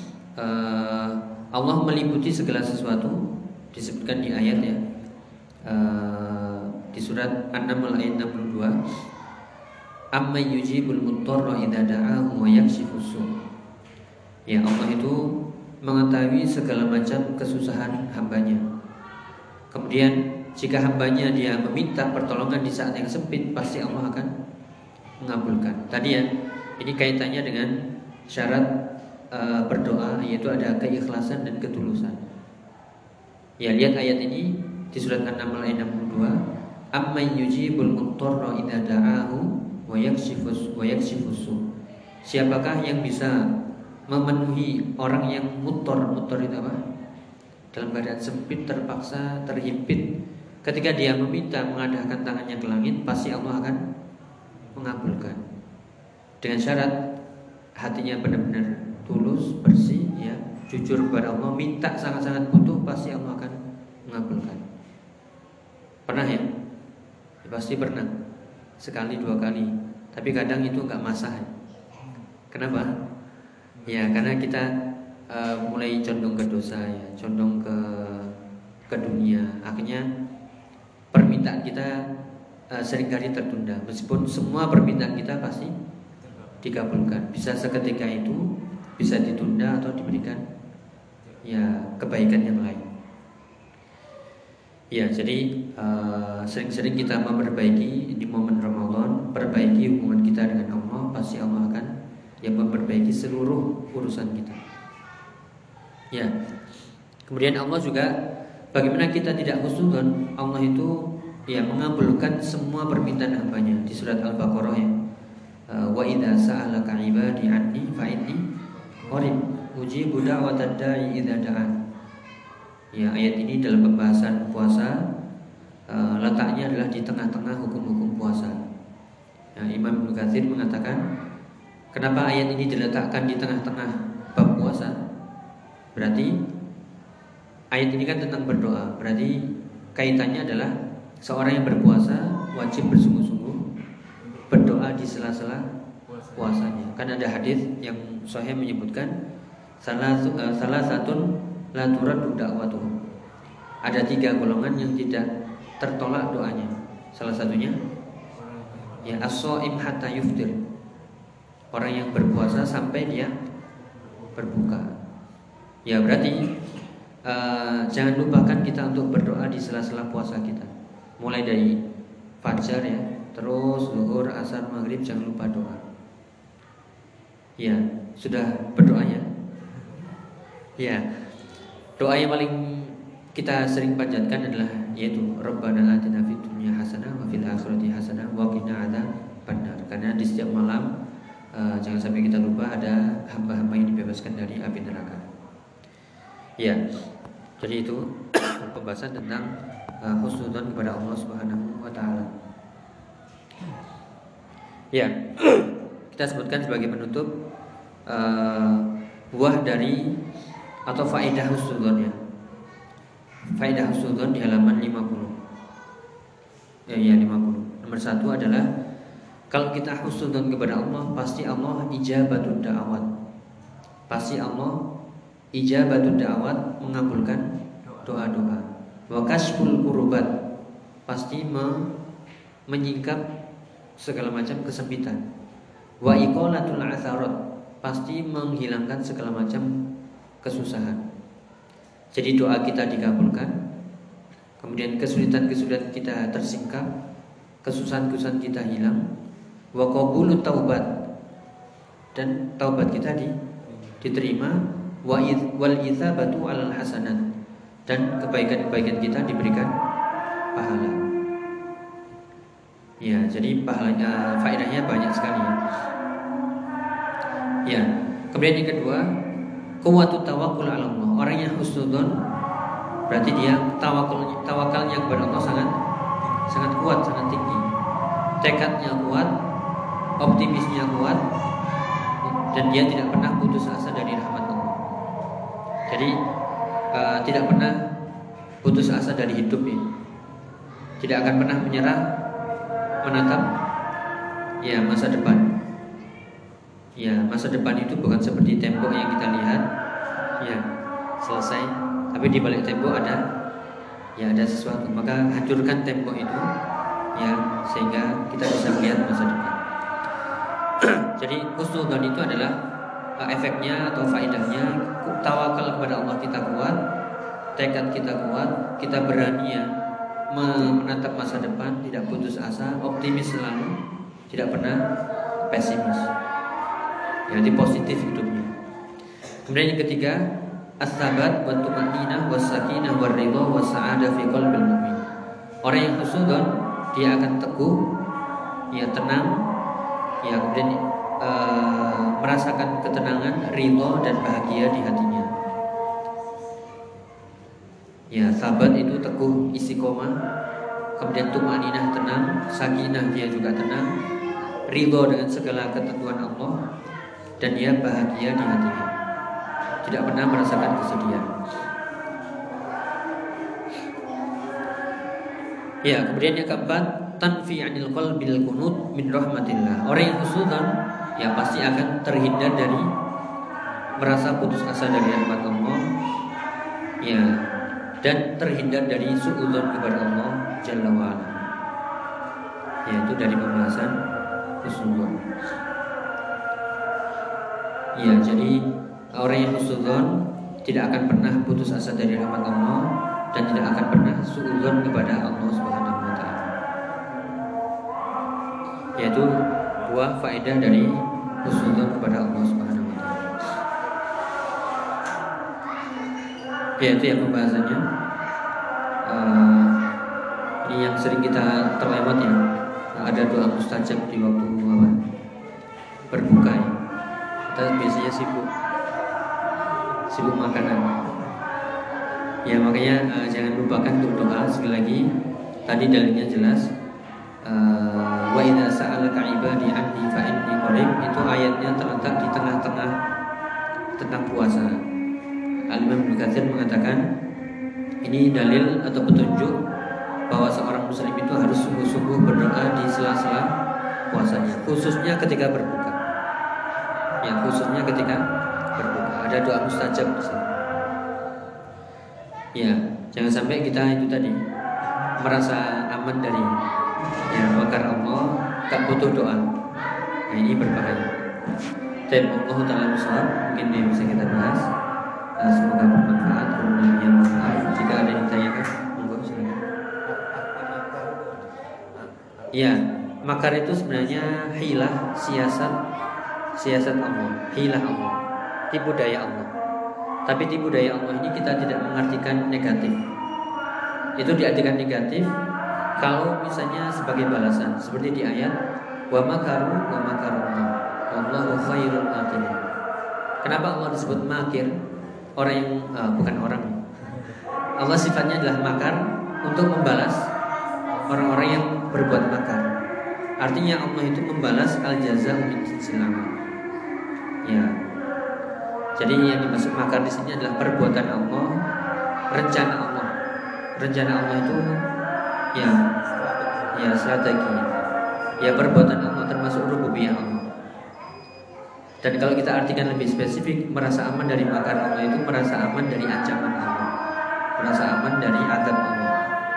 Allah meliputi segala sesuatu, disebutkan di ayat ya, di surat An-Naml ayat 62, amma yujibul muttarra idza da'ahu wa yakshifus su'. Ya, Allah itu mengetahui segala macam kesusahan hambanya. Kemudian jika hambanya dia meminta pertolongan di saat yang sempit, pasti Allah akan mengabulkan. Tadi ya, ini kaitannya dengan syarat berdoa, yaitu ada keikhlasan dan ketulusan. Ya, lihat ayat ini di surat An-Naml ayat 62, amma yujibul muttarra idza da'ahu wa yakshifus su'. Siapakah yang bisa memenuhi orang yang mutor itu apa? Dalam keadaan sempit, terpaksa, terhimpit. Ketika dia meminta, mengadahkan tangannya ke langit, pasti Allah akan mengabulkan. Dengan syarat hatinya benar-benar tulus, bersih, ya, jujur kepada Allah, minta sangat-sangat butuh, pasti Allah akan mengabulkan. Pernah ya? Ya pasti pernah. Sekali, dua kali. Tapi kadang itu enggak masalah. Kenapa? Ya, karena kita mulai condong ke dosa ya, condong ke dunia. Akhirnya permintaan kita seringkali tertunda, meskipun semua permintaan kita pasti dikabulkan. Bisa seketika itu, bisa ditunda atau diberikan ya kebaikan yang lain. Ya, jadi sering-sering kita memperbaiki di momen Ramadan, perbaiki hubungan kita dengan Allah, pasti Allah akan yang memperbaiki seluruh urusan kita. Ya. Kemudian Allah juga, bagaimana kita tidak husnudzon, Allah itu ya mengabulkan semua permintaan hambanya. Di surat Al-Baqarah ya, wa idza sa'alaka 'ibadi 'anni fa inni qarib ujibu da'watad da'i idza da'an. Ya, ayat ini dalam pembahasan puasa, letaknya adalah di tengah-tengah hukum-hukum puasa. Ya, Imam Ibnu Katsir mengatakan, kenapa ayat ini diletakkan di tengah-tengah bab puasa? Berarti ayat ini kan tentang berdoa. Berarti kaitannya adalah seorang yang berpuasa wajib bersungguh-sungguh berdoa di sela-sela puasanya. Kan ada hadis yang sahih menyebutkan salah satun la turaddu da'watuhum. Ada 3 golongan yang tidak tertolak doanya. Salah satunya ya as-shaim hatta yuftir. Orang yang berpuasa sampai dia berbuka. Ya, berarti jangan lupakan kita untuk berdoa di sela-sela puasa kita. Mulai dari fajar ya, terus zuhur, asar, maghrib, jangan lupa doa. Ya, sudah berdoa ya? Ya. Doa yang paling kita sering panjatkan adalah yaitu Rabbana atina fid dunya hasanah wa fil akhirati hasanah wa qina adzabannar. Karena di setiap malam jangan sampai kita lupa ada hamba-hamba yang dibebaskan dari api neraka. Ya, jadi itu pembahasan tentang husnudzon kepada Allah Subhanahu wa taala. Ya, kita sebutkan sebagai penutup buah dari atau faedah husnudzon ya. Faedah husnudzon di halaman 50. Ya, 50. Nomor 1 adalah kalau kita husnudzon kepada Allah, pasti Allah ijabatud da'awat. Pasti Allah ijabatud da'awat, mengabulkan doa-doa. Wa kashful kurubat, pasti menyingkap segala macam kesempitan. Wa iqalatul atharat, pasti menghilangkan segala macam kesusahan. Jadi doa kita dikabulkan, kemudian kesulitan-kesulitan kita tersingkap, kesusahan-kesusahan kita hilang. Wa qabulut taubat, dan taubat kita diterima. Wal itsabatu alal hasanat, dan kebaikan-kebaikan kita diberikan pahala. Ya, jadi pahalanya, faedahnya banyak sekali ya. Ya, kemudian yang kedua, quwwatut tawakkul 'ala Allah. Orang yang husnudzon berarti dia tawakalnya kepada Allah sangat kuat, sangat tinggi. Tekadnya kuat, optimisnya kuat, dan dia tidak pernah putus asa dari rahmat Allah. Jadi tidak pernah putus asa dari hidup ini. Tidak akan pernah menyerah menatap ya masa depan. Ya, masa depan itu bukan seperti tembok yang kita lihat, ya selesai. Tapi di balik tembok ada sesuatu. Maka hancurkan tembok itu, ya sehingga kita bisa melihat masa depan. Jadi husnudzon itu adalah efeknya atau faedahnya, tawakal kepada Allah kita kuat, tekad kita kuat, kita berani ya menatap masa depan, tidak putus asa, optimis selalu, tidak pernah pesimis. Jadi positif hidupnya. Kemudian yang ketiga, as-sabat wa tuma'ninah was-sakinah war-ridha was-sa'adah fi qalbil mu'min. Orang yang husnudzon dia akan teguh, ya tenang, ya kemudian merasakan ketenangan, ridha dan bahagia di hatinya. Ya, sabat itu teguh, istiqomah. Kemudian tuma'ninah tenang, sakinah dia juga tenang, ridha dengan segala ketentuan Allah, dan dia bahagia di hatinya, tidak pernah merasakan kesedihan. Ya, kemudian yang keempat, tanfi 'anil qalbil qunut min rahmatillah. Orang yang husnudzon ya pasti akan terhindar dari merasa putus asa dari rahmat Allah, ya, dan terhindar dari suudzon kepada Allah Jalla wa ala. Yaitu dari pembahasan husnudzon. Ya, jadi orang yang husnudzon tidak akan pernah putus asa dari rahmat Allah dan tidak akan pernah suudzon kepada Allah Subhanahu wa taala. Yaitu buah faedah dari husnudzon kepada Allah Subhanahu wa taala. Yaitu yang pembahasannya ini yang sering kita terlewat ya. Ada doa mustajab di waktu berbuka ya. Kita biasanya sibuk makanan. Ya, makanya jangan lupakan untuk doa. Sekali lagi, tadi dalilnya jelas. Wa idza sa'alaka 'ibadi 'anni fa inni qarib, itu ayatnya terletak di tengah-tengah tentang puasa. Al-Imam Ibnu Katsir mengatakan ini dalil atau petunjuk bahwa seorang muslim itu harus sungguh-sungguh berdoa di sela-sela puasanya, khususnya ketika berbuka. Ya, khususnya ketika berbuka. Ada doa mustajab di sana. Ya, jangan sampai kita itu tadi merasa aman dari ya makar Allah, tak butuh doa. Nah, ini berbahaya. Dan Allah Ta'ala besar, mungkin dia bisa kita bahas. Semoga bermanfaat. Kurang maaf. Jika ada yang ditanyakan, monggo silakan. Ya, makar itu sebenarnya hilah, siasat Allah, hilah Allah, tipu daya Allah. Tapi tipu daya Allah ini kita tidak mengartikan negatif. Itu diartikan negatif kalau misalnya sebagai balasan, seperti di ayat wa makaru wa makarullah wallahu khairul makirin. Kenapa Allah disebut makir? orang yang bukan orang. Allah sifatnya adalah makar untuk membalas orang-orang yang berbuat makar. Artinya Allah itu membalas al-jazaa min jinsil amal. Ya. Jadi yang dimaksud makar di sini adalah perbuatan Allah, rencana Allah. Rencana Allah itu ya strategi. Ya perbuatan Allah termasuk rububiyah Allah. Dan kalau kita artikan lebih spesifik, merasa aman dari makar Allah itu merasa aman dari ancaman Allah, merasa aman dari azab Allah.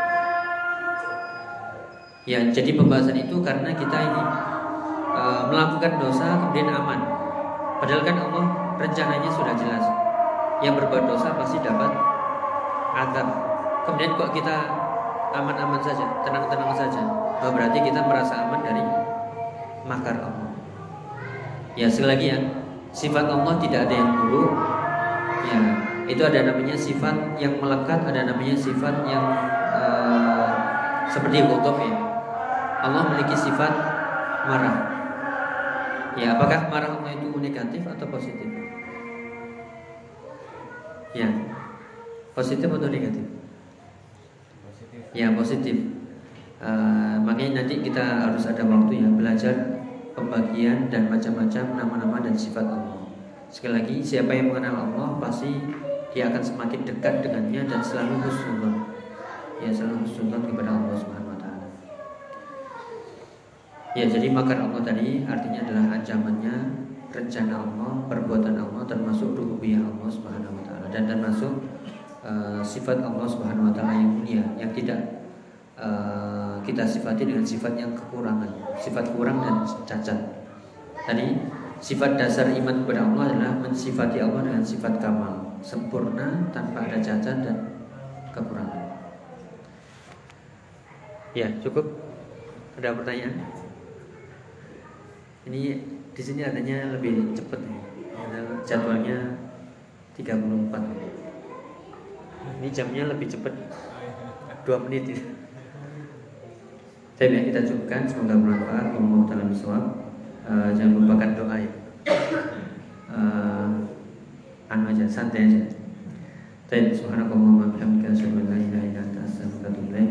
Ya, jadi pembahasan itu karena kita ini melakukan dosa kemudian aman. Padahal kan Allah rencananya sudah jelas. Yang berbuat dosa pasti dapat azab. Kemudian kok kita aman-aman saja, tenang-tenang saja, berarti kita merasa aman dari makar Allah. Ya sekali lagi ya, sifat Allah tidak ada yang buruk. Ya, itu ada namanya sifat yang melekat, ada namanya sifat yang seperti ghadab ya. Allah memiliki sifat marah. Ya, apakah marah Allah itu negatif atau positif? Ya, positif atau negatif? Positif. Ya, positif. Makanya nanti kita harus ada waktu ya belajar pembagian dan macam-macam nama-nama dan sifat Allah. Sekali lagi, siapa yang mengenal Allah pasti dia akan semakin dekat dengannya dan selalu husnudzon. Ya, selalu husnudzon kepada Allah Subhanahu wa taala. Ya, jadi makar Allah tadi artinya adalah ancamannya, rencana Allah, perbuatan Allah, termasuk rububiyah Allah Subhanahu wa taala dan termasuk sifat Allah Subhanahu wa taala yang mulia yang tidak kita sifati dengan sifat yang kekurangan, sifat kurang dan cacat. Tadi sifat dasar iman kepada Allah adalah mensifati Allah dengan sifat kamal, sempurna tanpa ada cacat dan kekurangan. Ya, cukup. Ada pertanyaan? Ini di sini adanya lebih cepat ya. Jadwalnya 34. Ini jamnya lebih cepat 2 menit ya. Tapi kita cukupkan, semoga bermanfaat. Wallahu ta'ala bishawab. Jangan lupakan doa ya. Anu aja, santai aja. Subhanakallahumma wa bihamdika asyhadu an la ilaha illa anta astaghfiruka wa atubu ilaik.